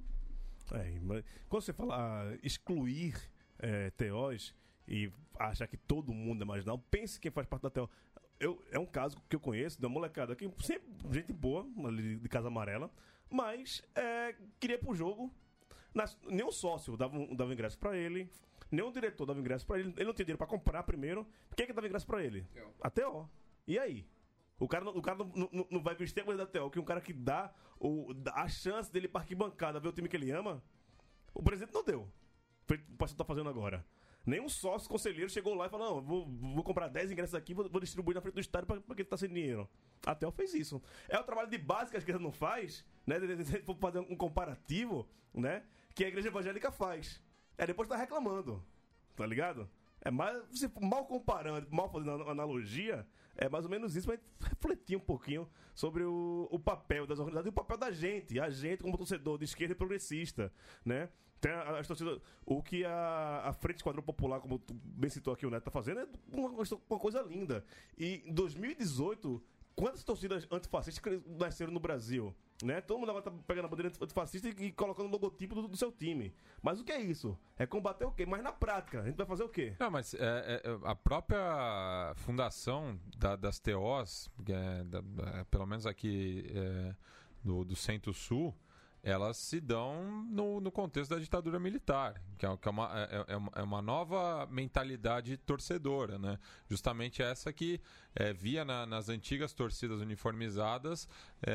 É, mas quando você fala ah, excluir é, T Os e achar que todo mundo é marginal, pense quem faz parte da T O. Eu, é um caso que eu conheço de uma molecada que sempre gente boa, ali de Casa Amarela, mas é, queria ir pro jogo. Nas, nenhum sócio dava, dava ingresso pra ele, nenhum diretor dava ingresso pra ele, ele não tinha dinheiro pra comprar primeiro. Quem é que dava ingresso pra ele? A T O. E aí? O cara, o cara não, não, não vai vestir a coisa da T O, que um cara que dá o, a chance dele pra arquibancada ver o time que ele ama, o presidente não deu. Foi o que o pastor tá fazendo agora. Nenhum sócio conselheiro chegou lá e falou: não, vou, vou comprar dez ingressos aqui, vou, vou distribuir na frente do estádio pra, pra quem tá sem dinheiro. A T O fez isso. É o trabalho de base que a igreja não faz, né? Se for fazer um comparativo, né? Que a igreja evangélica faz. É, depois tá reclamando. Tá ligado? É mais, se mal comparando, mal fazendo analogia, é mais ou menos isso, mas refletir um pouquinho sobre o, o papel das organizações e o papel da gente, a gente como torcedor de esquerda e progressista, né? Tem as torcidas, o que a, a Frente Esquadrão Popular, como tu bem citou aqui, o Neto tá fazendo, é uma, uma coisa linda. E em dois mil e dezoito, quantas torcidas antifascistas nasceram no Brasil? Né? Todo mundo agora tá pegando a bandeira antifascista e, e colocando o logotipo do, do seu time. Mas o que é isso? É combater o quê? Mas na prática, a gente vai fazer o quê? Não, mas é, é, a própria fundação da, das T Os, é, da, é, pelo menos aqui é, do, do Centro-Sul, elas se dão no, no contexto da ditadura militar, que é, que é, uma, é, é uma nova mentalidade torcedora, né? Justamente essa que é, via na, nas antigas torcidas uniformizadas,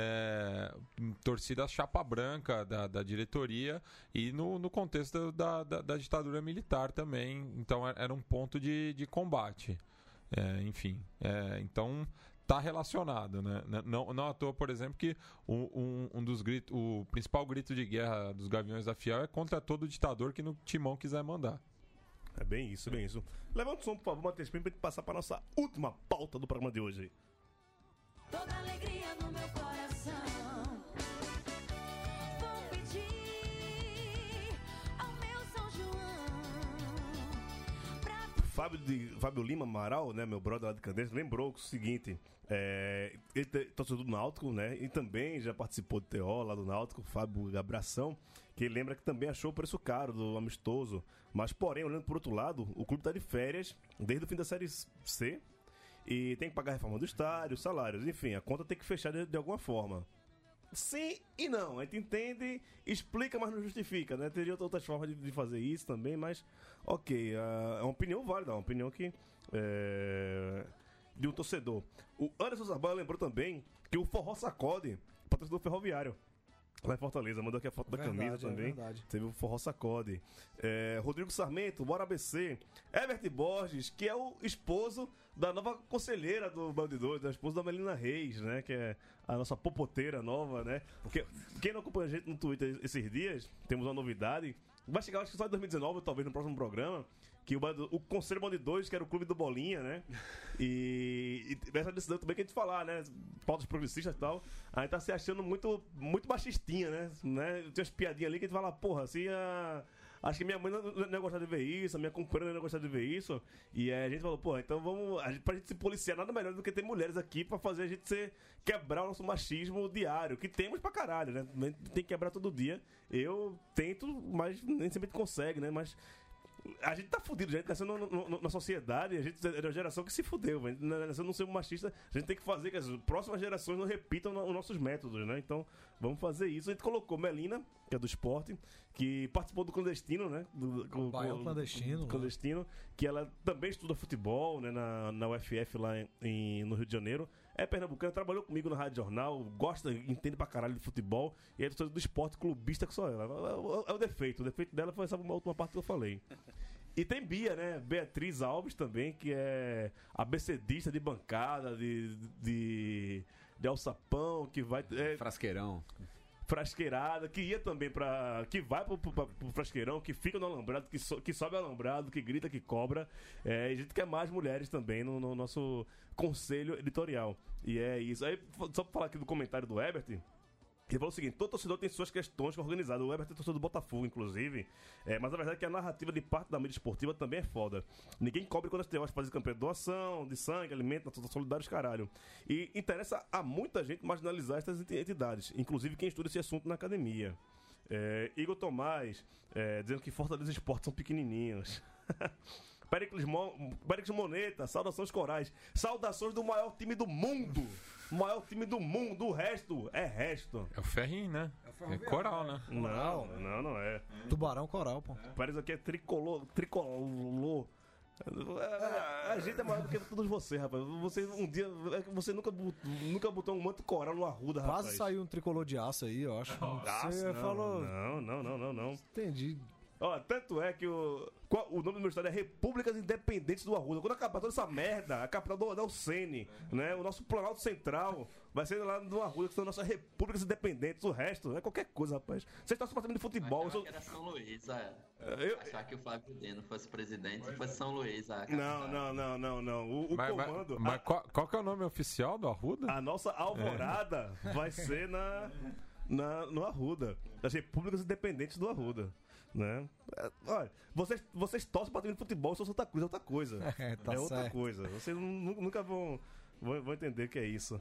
é, torcidas chapa branca da, da diretoria e no, no contexto da, da, da ditadura militar também, então era um ponto de, de combate. É, enfim, é, então... Está relacionado, né? Não, não à toa, por exemplo, que um, um dos gritos, o principal grito de guerra dos Gaviões da Fiel é contra todo ditador que no timão quiser mandar. É bem isso, bem isso. Levanta o som, por favor, Matheus, pra gente passar para nossa última pauta do programa de hoje. Toda alegria no meu coração, vou pedir ao meu São João pra... Fábio, de, Fábio Lima Amaral, né, meu brother lá de Candeias, lembrou o seguinte, é, ele é torcedor do Náutico, né, e também já participou do T O lá do Náutico, Fábio Abração, que ele lembra que também achou o preço caro do amistoso, mas porém, olhando por outro lado, o clube está de férias desde o fim da Série C e tem que pagar a reforma do estádio, salários, enfim, a conta tem que fechar de, de alguma forma. Sim e não, a gente entende, explica, mas não justifica, né? Teria outras formas de, de fazer isso também, mas ok, é uma opinião válida, uma opinião que é, de um torcedor. O Anderson Zarbalha lembrou também que o Forró Sacode patrocinador ferroviário. Lá em Fortaleza, mandou aqui a foto da Verdade, camisa é também. verdade. Teve o Forró Sacode. É, Rodrigo Sarmento, Bora A B C. Herbert Borges, que é o esposo da nova conselheira do Band de Dois, da esposa da Melina Reis, né? Que é a nossa popoteira nova, né? Porque quem não acompanha a gente no Twitter esses dias, temos uma novidade. Vai chegar, acho que só em dois mil e dezenove, talvez no próximo programa. Que o, Band- o Conselho Band de Dois, que era o clube do Bolinha, né? E, e essa decisão também que a gente falar, né? Pautas progressistas e tal. A gente tá se achando muito, muito machistinha, né? né? Tem umas piadinhas ali que a gente fala, porra, assim, a... acho que minha mãe não, não ia gostar de ver isso, a minha companheira não ia gostar de ver isso. E aí a gente falou, pô, então vamos. A gente, pra gente se policiar, nada melhor do que ter mulheres aqui pra fazer a gente ser, quebrar o nosso machismo diário, que temos pra caralho, né? A gente tem que quebrar todo dia. Eu tento, mas nem sempre a gente consegue, né? Mas. A gente tá fudido, a gente nasceu no- no- no- na sociedade, a gente é uma geração que se fudeu, velho. Nasceu não ser um machista, a gente tem que fazer que as próximas gerações não repitam no- os nossos métodos, né? Então, vamos fazer isso. A gente colocou Melina, que é do esporte, que participou do clandestino, né? Do, com- Baião com- clandestino, do né? clandestino, que ela também estuda futebol, né? Na, na U F F lá em- em- no Rio de Janeiro. É pernambucana, trabalhou comigo na Rádio Jornal, gosta, entende pra caralho de futebol, e é do esporte clubista que só ela. É, o- é o defeito. O defeito dela foi essa última parte que eu falei. E tem Bia, né? Beatriz Alves também, que é abecedista de bancada, de, de, de alçapão, que vai. É, Frasqueirão. frasqueirada, que ia também pra. Que vai pro, pro, pro frasqueirão, que fica no alambrado, que, so, que sobe o alambrado, que grita, que cobra. É, e a gente quer mais mulheres também no, no nosso conselho editorial. E é isso. Aí, só pra falar aqui do comentário do Herbert. Ele falou o seguinte: todo torcedor tem suas questões organizadas. O Herbert é torcedor do Botafogo, inclusive. É, mas a verdade é que a narrativa de parte da mídia esportiva também é foda. Ninguém cobre quando as teóricas fazem campanha de doação, de sangue, alimento, solidários, caralho. E interessa a muita gente marginalizar essas enti- entidades, inclusive quem estuda esse assunto na academia. É, Igor Tomás, é, dizendo que Fortaleza Esportes são pequenininhos. Pericles, Mo... Pericles Moneta, saudações corais. Saudações do maior time do mundo. Maior time do mundo. O resto é resto. É o Ferrinho, né? É coral, né? Não, não, não é. Tubarão coral, pô. Parece aqui é tricolor. Tricolor. A, a gente é maior do que todos vocês, rapaz. Você um dia. Você nunca, but- nunca botou um manto coral no Arruda, rapaz. Quase saiu um tricolor de aço aí, eu acho. Aço, Você não, falou. Não, não, não, não, não. Entendi. Ó, tanto é que o, qual- o nome do meu estado é Repúblicas Independentes do Arruda. Quando acabar toda essa merda, a capital do, da U C N, né? O nosso Planalto Central vai ser lá no Arruda, que são nossas Repúblicas Independentes. O resto é qualquer coisa, rapaz. Vocês estão se de futebol. Eu Achava sou... que era São Luís, é. Eu- Achar que o Flávio Dino fosse presidente e fosse São Luís, a Não, não, não, não, não. O, o Mas, mas- comando. mas qual, qual que é o nome oficial do Arruda? A nossa alvorada vai ser na, na, no Arruda. Das Repúblicas Independentes do Arruda. Né? É, olha, vocês, vocês torcem pra time de futebol, se fosse outra coisa, é outra coisa. É, tá é outra certo. coisa. Vocês nu- nunca vão, vão, vão entender o que é isso.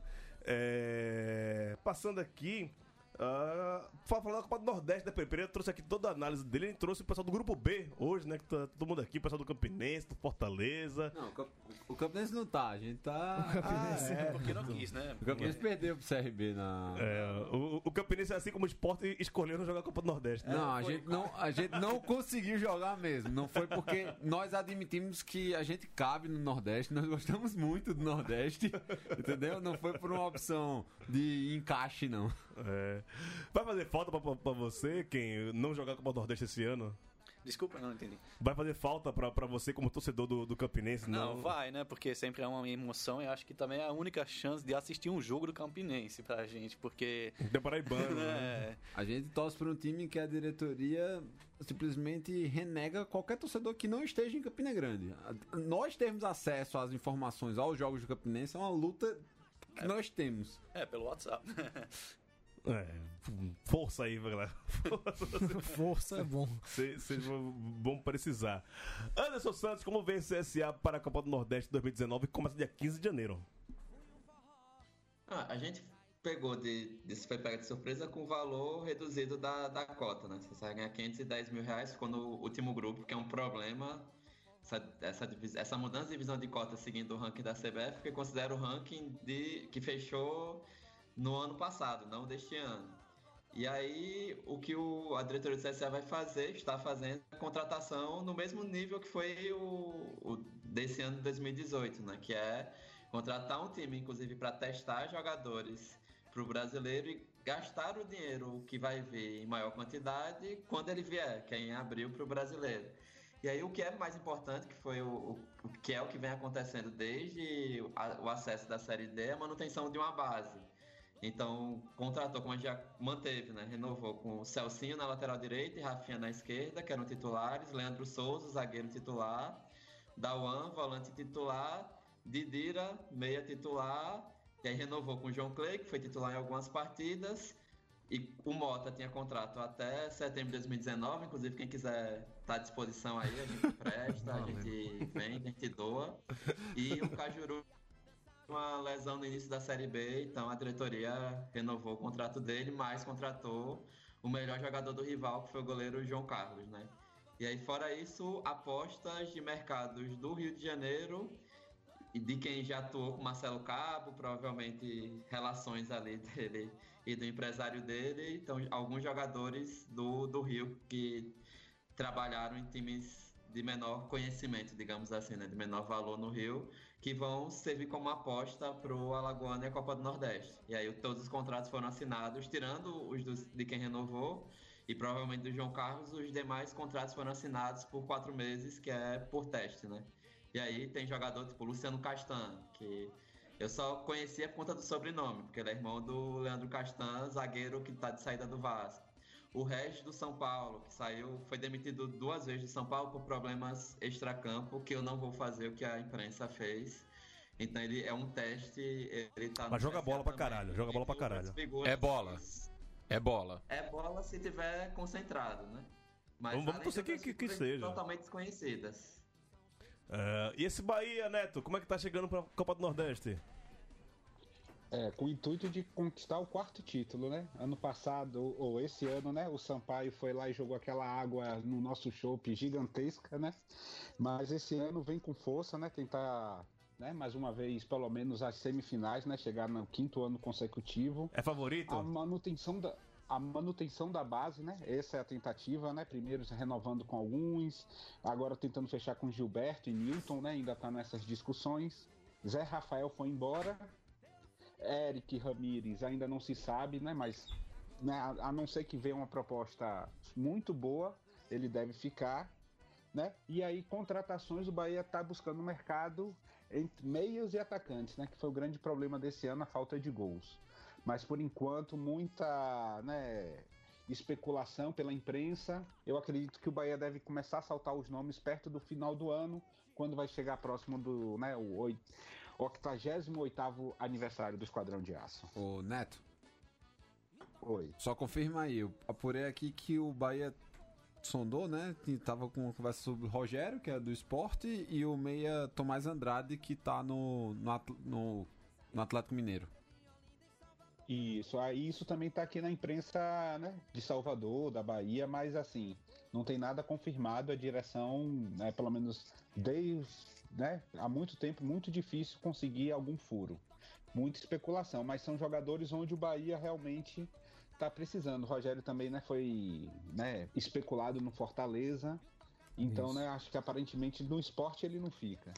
É, passando aqui. Uh, falando da Copa do Nordeste, né? Pereira trouxe aqui toda a análise dele. Ele trouxe o pessoal do grupo B hoje, né? Que tá todo mundo aqui, o pessoal do Campinense, do Fortaleza. Não, o Camp- o Campinense não tá, a gente tá. Campinense. Ah, é. Porque não quis, né? O Campinense perdeu pro C R B na. É, o, o Campinense, assim como o Sport, escolheram jogar a Copa do Nordeste. Não, a gente não, a gente não conseguiu jogar mesmo. Não foi porque nós admitimos que a gente cabe no Nordeste, nós gostamos muito do Nordeste, entendeu? Não foi por uma opção de encaixe, não. É. Vai fazer falta pra, pra, pra você, quem não jogar a Copa do Nordeste esse ano? Desculpa, não entendi. Vai fazer falta pra, pra você como torcedor do, do Campinense? Não, vai, né? Porque sempre é uma emoção e acho que também é a única chance de assistir um jogo do Campinense pra gente, porque... Tem paraibano, né? É, A gente torce por um time que a diretoria simplesmente renega qualquer torcedor que não esteja em Campina Grande. Nós termos acesso às informações aos jogos do Campinense é uma luta que nós temos. é pelo WhatsApp. É, força aí, galera. Força é bom. Vocês vão vão precisar. Anderson Santos, como vem o C S A para a Copa do Nordeste dois mil e dezenove, que começa dia quinze de janeiro? Ah, a gente pegou de, de foi pega de surpresa com o valor reduzido da, da cota, né? Você vai ganhar quinhentos e dez mil reais quando o último grupo, que é um problema, essa, essa, divis- essa mudança de divisão de cota seguindo o ranking da C B F, que considera o ranking de, que fechou no ano passado, não deste ano. E aí, o que o, a diretoria do C S A vai fazer, está fazendo, é a contratação no mesmo nível que foi o, o desse ano de dois mil e dezoito, né? Que é contratar um time, inclusive, para testar jogadores para o brasileiro e gastar o dinheiro que vai vir em maior quantidade quando ele vier, que é em abril para o brasileiro. E aí o que é mais importante, que foi o, o, o que é o que vem acontecendo desde o, a, o acesso da Série D, é a manutenção de uma base. Então, contratou, como a gente já manteve, né? Renovou com o Celcinho na lateral direita e Rafinha na esquerda, que eram titulares, Leandro Souza, zagueiro titular, Dauan, volante titular, Didira, meia titular, e aí renovou com o João Clay, que foi titular em algumas partidas, e o Mota tinha contrato até setembro de dois mil e dezenove, inclusive quem quiser estar à disposição aí, a gente presta, a gente vende, a gente doa. E o Cajuru, uma lesão no início da Série B, então a diretoria renovou o contrato dele, mas contratou o melhor jogador do rival, que foi o goleiro João Carlos, né? E aí, fora isso, apostas de mercados do Rio de Janeiro e de quem já atuou com Marcelo Cabo, provavelmente relações ali dele e do empresário dele. Então, alguns jogadores do, do Rio que trabalharam em times de menor conhecimento, digamos assim, né, de menor valor no Rio, que vão servir como aposta para o Alagoano e a Copa do Nordeste. E aí todos os contratos foram assinados, tirando os dos, de quem renovou, e provavelmente do João Carlos, os demais contratos foram assinados por quatro meses, que é por teste, né? E aí tem jogador tipo Luciano Castan, que eu só conhecia por conta do sobrenome, porque ele é irmão do Leandro Castan, zagueiro que está de saída do Vasco. O Regis do São Paulo, que saiu, foi demitido duas vezes do São Paulo por problemas extracampo, que eu não vou fazer o que a imprensa fez. Então ele é um teste, ele tá no Mas joga C S A bola pra também. caralho, joga bola pra caralho. Figuras- É bola. É bola. É bola se tiver concentrado, né? Mas Vamos- vamos além torcer de outras que- que- que figuras seja. totalmente desconhecidas. É, e esse Bahia, Neto, como é que tá chegando pra Copa do Nordeste? É, com o intuito de conquistar o quarto título, né? Ano passado, ou esse ano, né? O Sampaio foi lá e jogou aquela água no nosso chope gigantesca, né? Mas esse ano vem com força, né? Tentar, né? Mais uma vez, pelo menos as semifinais, né? Chegar no quinto ano consecutivo. É favorito? A manutenção da, a manutenção da base, né? Essa é a tentativa, né? Primeiro renovando com alguns, agora tentando fechar com Gilberto e Newton, né? Ainda tá nessas discussões. Zé Rafael foi embora. Eric Ramírez ainda não se sabe, né? Mas né, a, a não ser que venha uma proposta muito boa, ele deve ficar, né? E aí, contratações, o Bahia está buscando no mercado entre meias e atacantes, né? Que foi o grande problema desse ano, a falta de gols. Mas por enquanto, muita, né, especulação pela imprensa. Eu acredito que o Bahia deve começar a saltar os nomes perto do final do ano, quando vai chegar próximo do, né, o oito. octagésimo oitavo aniversário do Esquadrão de Aço. Ô, Neto, Oi. só confirma aí. Eu apurei aqui que o Bahia sondou, né? Tava com uma conversa sobre o Rogério, que é do esporte, e o meia Tomás Andrade, que tá no, no, Atl- no, no Atlético Mineiro. Isso, aí isso também tá aqui na imprensa, né, de Salvador, da Bahia, mas assim, não tem nada confirmado, a direção, né, pelo menos desde, né, há muito tempo, muito difícil conseguir algum furo. Muita especulação, mas são jogadores onde o Bahia realmente tá precisando. O Rogério também, né, foi, né, especulado no Fortaleza, então, né, acho que aparentemente no esporte ele não fica.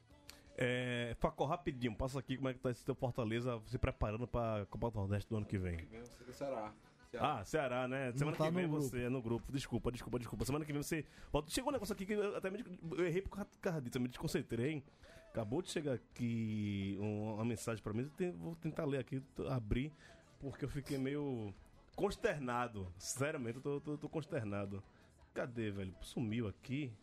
É, Facó, rapidinho, passa aqui como é que tá esse teu Fortaleza se preparando pra Copa do Nordeste do ano que vem. Será? Ah, Ceará, né? Semana tá que vem no você é no grupo. Desculpa, desculpa, desculpa. Semana que vem você. Ó, chegou um negócio aqui que eu até me... eu errei por causa disso, eu me desconcentrei. Acabou de chegar aqui um- uma mensagem pra mim. Eu te- vou tentar ler aqui, t- abrir, porque eu fiquei meio consternado. Seriamente, eu tô, tô, tô consternado. Cadê, velho? Sumiu aqui.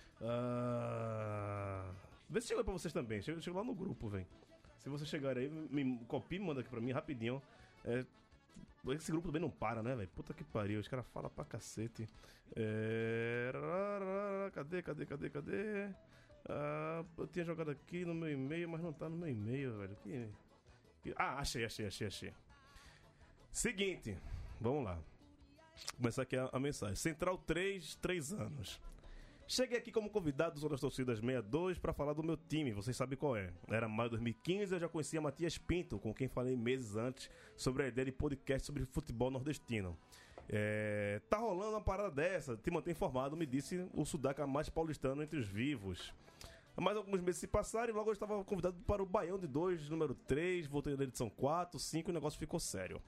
Ah... Vê se chegou aí pra vocês também. Chegou, chegou lá no grupo, velho. Se vocês chegarem aí, me copie e manda aqui pra mim rapidinho. É, esse grupo também não para, né, velho? Puta que pariu. Os caras falam pra cacete. É... Cadê, cadê, cadê, cadê? Ah, eu tinha jogado aqui no meu e-mail, mas não tá no meu e-mail, velho. Que... que- Ah, achei, achei, achei, achei. Seguinte, vamos lá. Começar aqui a, a mensagem. Central três, três anos. Cheguei aqui como convidado do Zona das Torcidas sessenta e dois para falar do meu time, vocês sabem qual é. Era maio de dois mil e quinze, eu já conhecia Matias Pinto, com quem falei meses antes sobre a ideia de podcast sobre futebol nordestino. É, tá rolando uma parada dessa, te mantém informado, me disse o Sudaca mais paulistano entre os vivos. Mais alguns meses se passaram e logo eu estava convidado para o Baião de dois, número três, voltei na edição quatro, cinco e o negócio ficou sério.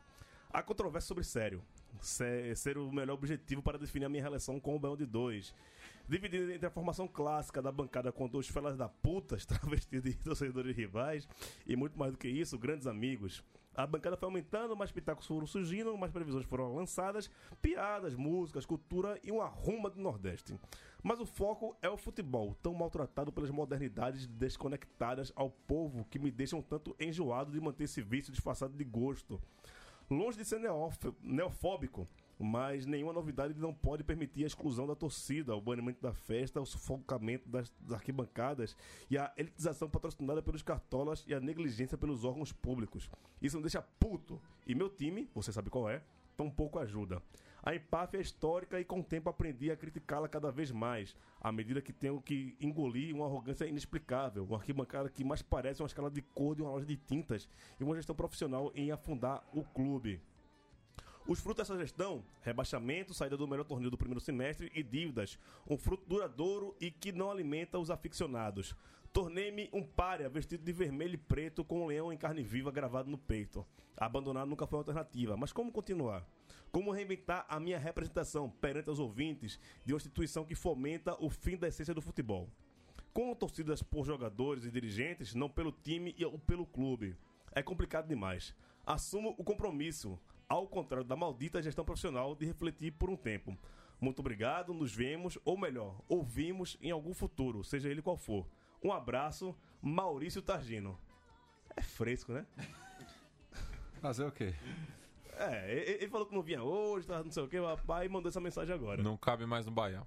Há controvérsia sobre sério. Ser, ser o melhor objetivo para definir a minha relação com o Baião de dois. Dividido entre a formação clássica da bancada com dois felas da putas, travestidos de torcedores rivais, e muito mais do que isso, grandes amigos. A bancada foi aumentando, mais pitacos foram surgindo, mais previsões foram lançadas, piadas, músicas, cultura e uma rumba do Nordeste. Mas o foco é o futebol, tão maltratado pelas modernidades desconectadas ao povo, que me deixam tanto enjoado de manter esse vício disfarçado de gosto. Longe de ser neóf- neofóbico, mas nenhuma novidade não pode permitir a exclusão da torcida, o banimento da festa, o sufocamento das, das arquibancadas e a elitização patrocinada pelos cartolas e a negligência pelos órgãos públicos. Isso me deixa puto. E meu time, você sabe qual é, tão pouco ajuda. A empáfia é histórica e com o tempo aprendi a criticá-la cada vez mais, à medida que tenho que engolir uma arrogância inexplicável, uma arquibancada que mais parece uma escala de cor de uma loja de tintas e uma gestão profissional em afundar o clube. Os frutos dessa gestão, rebaixamento, saída do melhor torneio do primeiro semestre e dívidas, um fruto duradouro e que não alimenta os aficionados. Tornei-me um pária vestido de vermelho e preto com um leão em carne viva gravado no peito. Abandonar nunca foi uma alternativa, mas como continuar? Como reinventar a minha representação perante os ouvintes de uma instituição que fomenta o fim da essência do futebol? Com torcidas por jogadores e dirigentes, não pelo time ou pelo clube. É complicado demais. Assumo o compromisso, ao contrário da maldita gestão profissional, de refletir por um tempo. Muito obrigado, nos vemos, ou melhor, ouvimos em algum futuro, seja ele qual for. Um abraço, Maurício Targino. É fresco, né? Fazer o quê? É, ele ele falou que não vinha hoje, tá, não sei o que, papai, e mandou essa mensagem agora. Não cabe mais no Baião.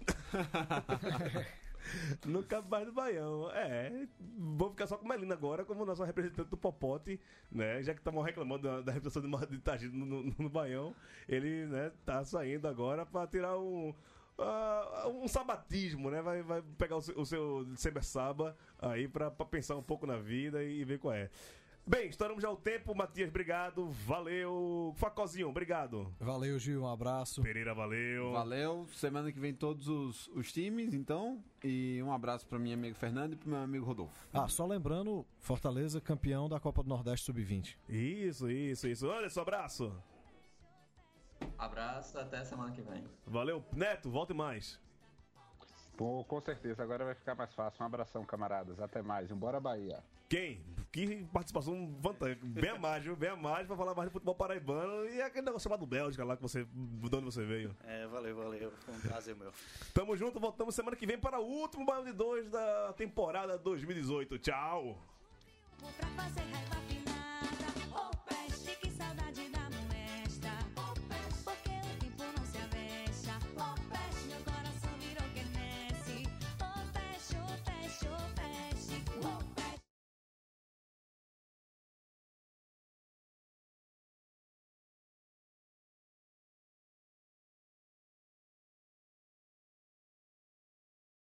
Não cabe mais no Baião. É, vou ficar só com Melina agora, como nossa representante do Popote, né? Já que estavam reclamando da, da representação de Maurício Targino no, no, no Baião, ele, né, tá saindo agora pra tirar um. Uh, um sabatismo, né? Vai, vai pegar o seu, o seu Seba aí pra, pra pensar um pouco na vida e, e ver qual é. Bem, estouramos já o tempo. Matias, obrigado. Valeu. Facozinho, obrigado. Valeu, Gil. Um abraço. Pereira, valeu. Valeu. Semana que vem todos os, os times, então. E um abraço para minha amigo Fernando e para meu amigo Rodolfo. Ah, só lembrando, Fortaleza campeão da Copa do Nordeste sub vinte. Isso, isso, isso. Olha só, abraço. Abraço, até semana que vem. Valeu. Neto, volte mais. Pô, com certeza, agora vai ficar mais fácil. Um abração, camaradas. Até mais. Bora Bahia. Quem? Que participação vantagem. Bem a mais, viu? Bem a mais pra falar mais de futebol paraibano e aquele negócio chamado Bélgica lá que você, de onde você veio. É, valeu, valeu. Foi um prazer meu. Tamo junto, voltamos semana que vem para o último Baião de dois da temporada dois mil e dezoito. Tchau! Pra fazer raiva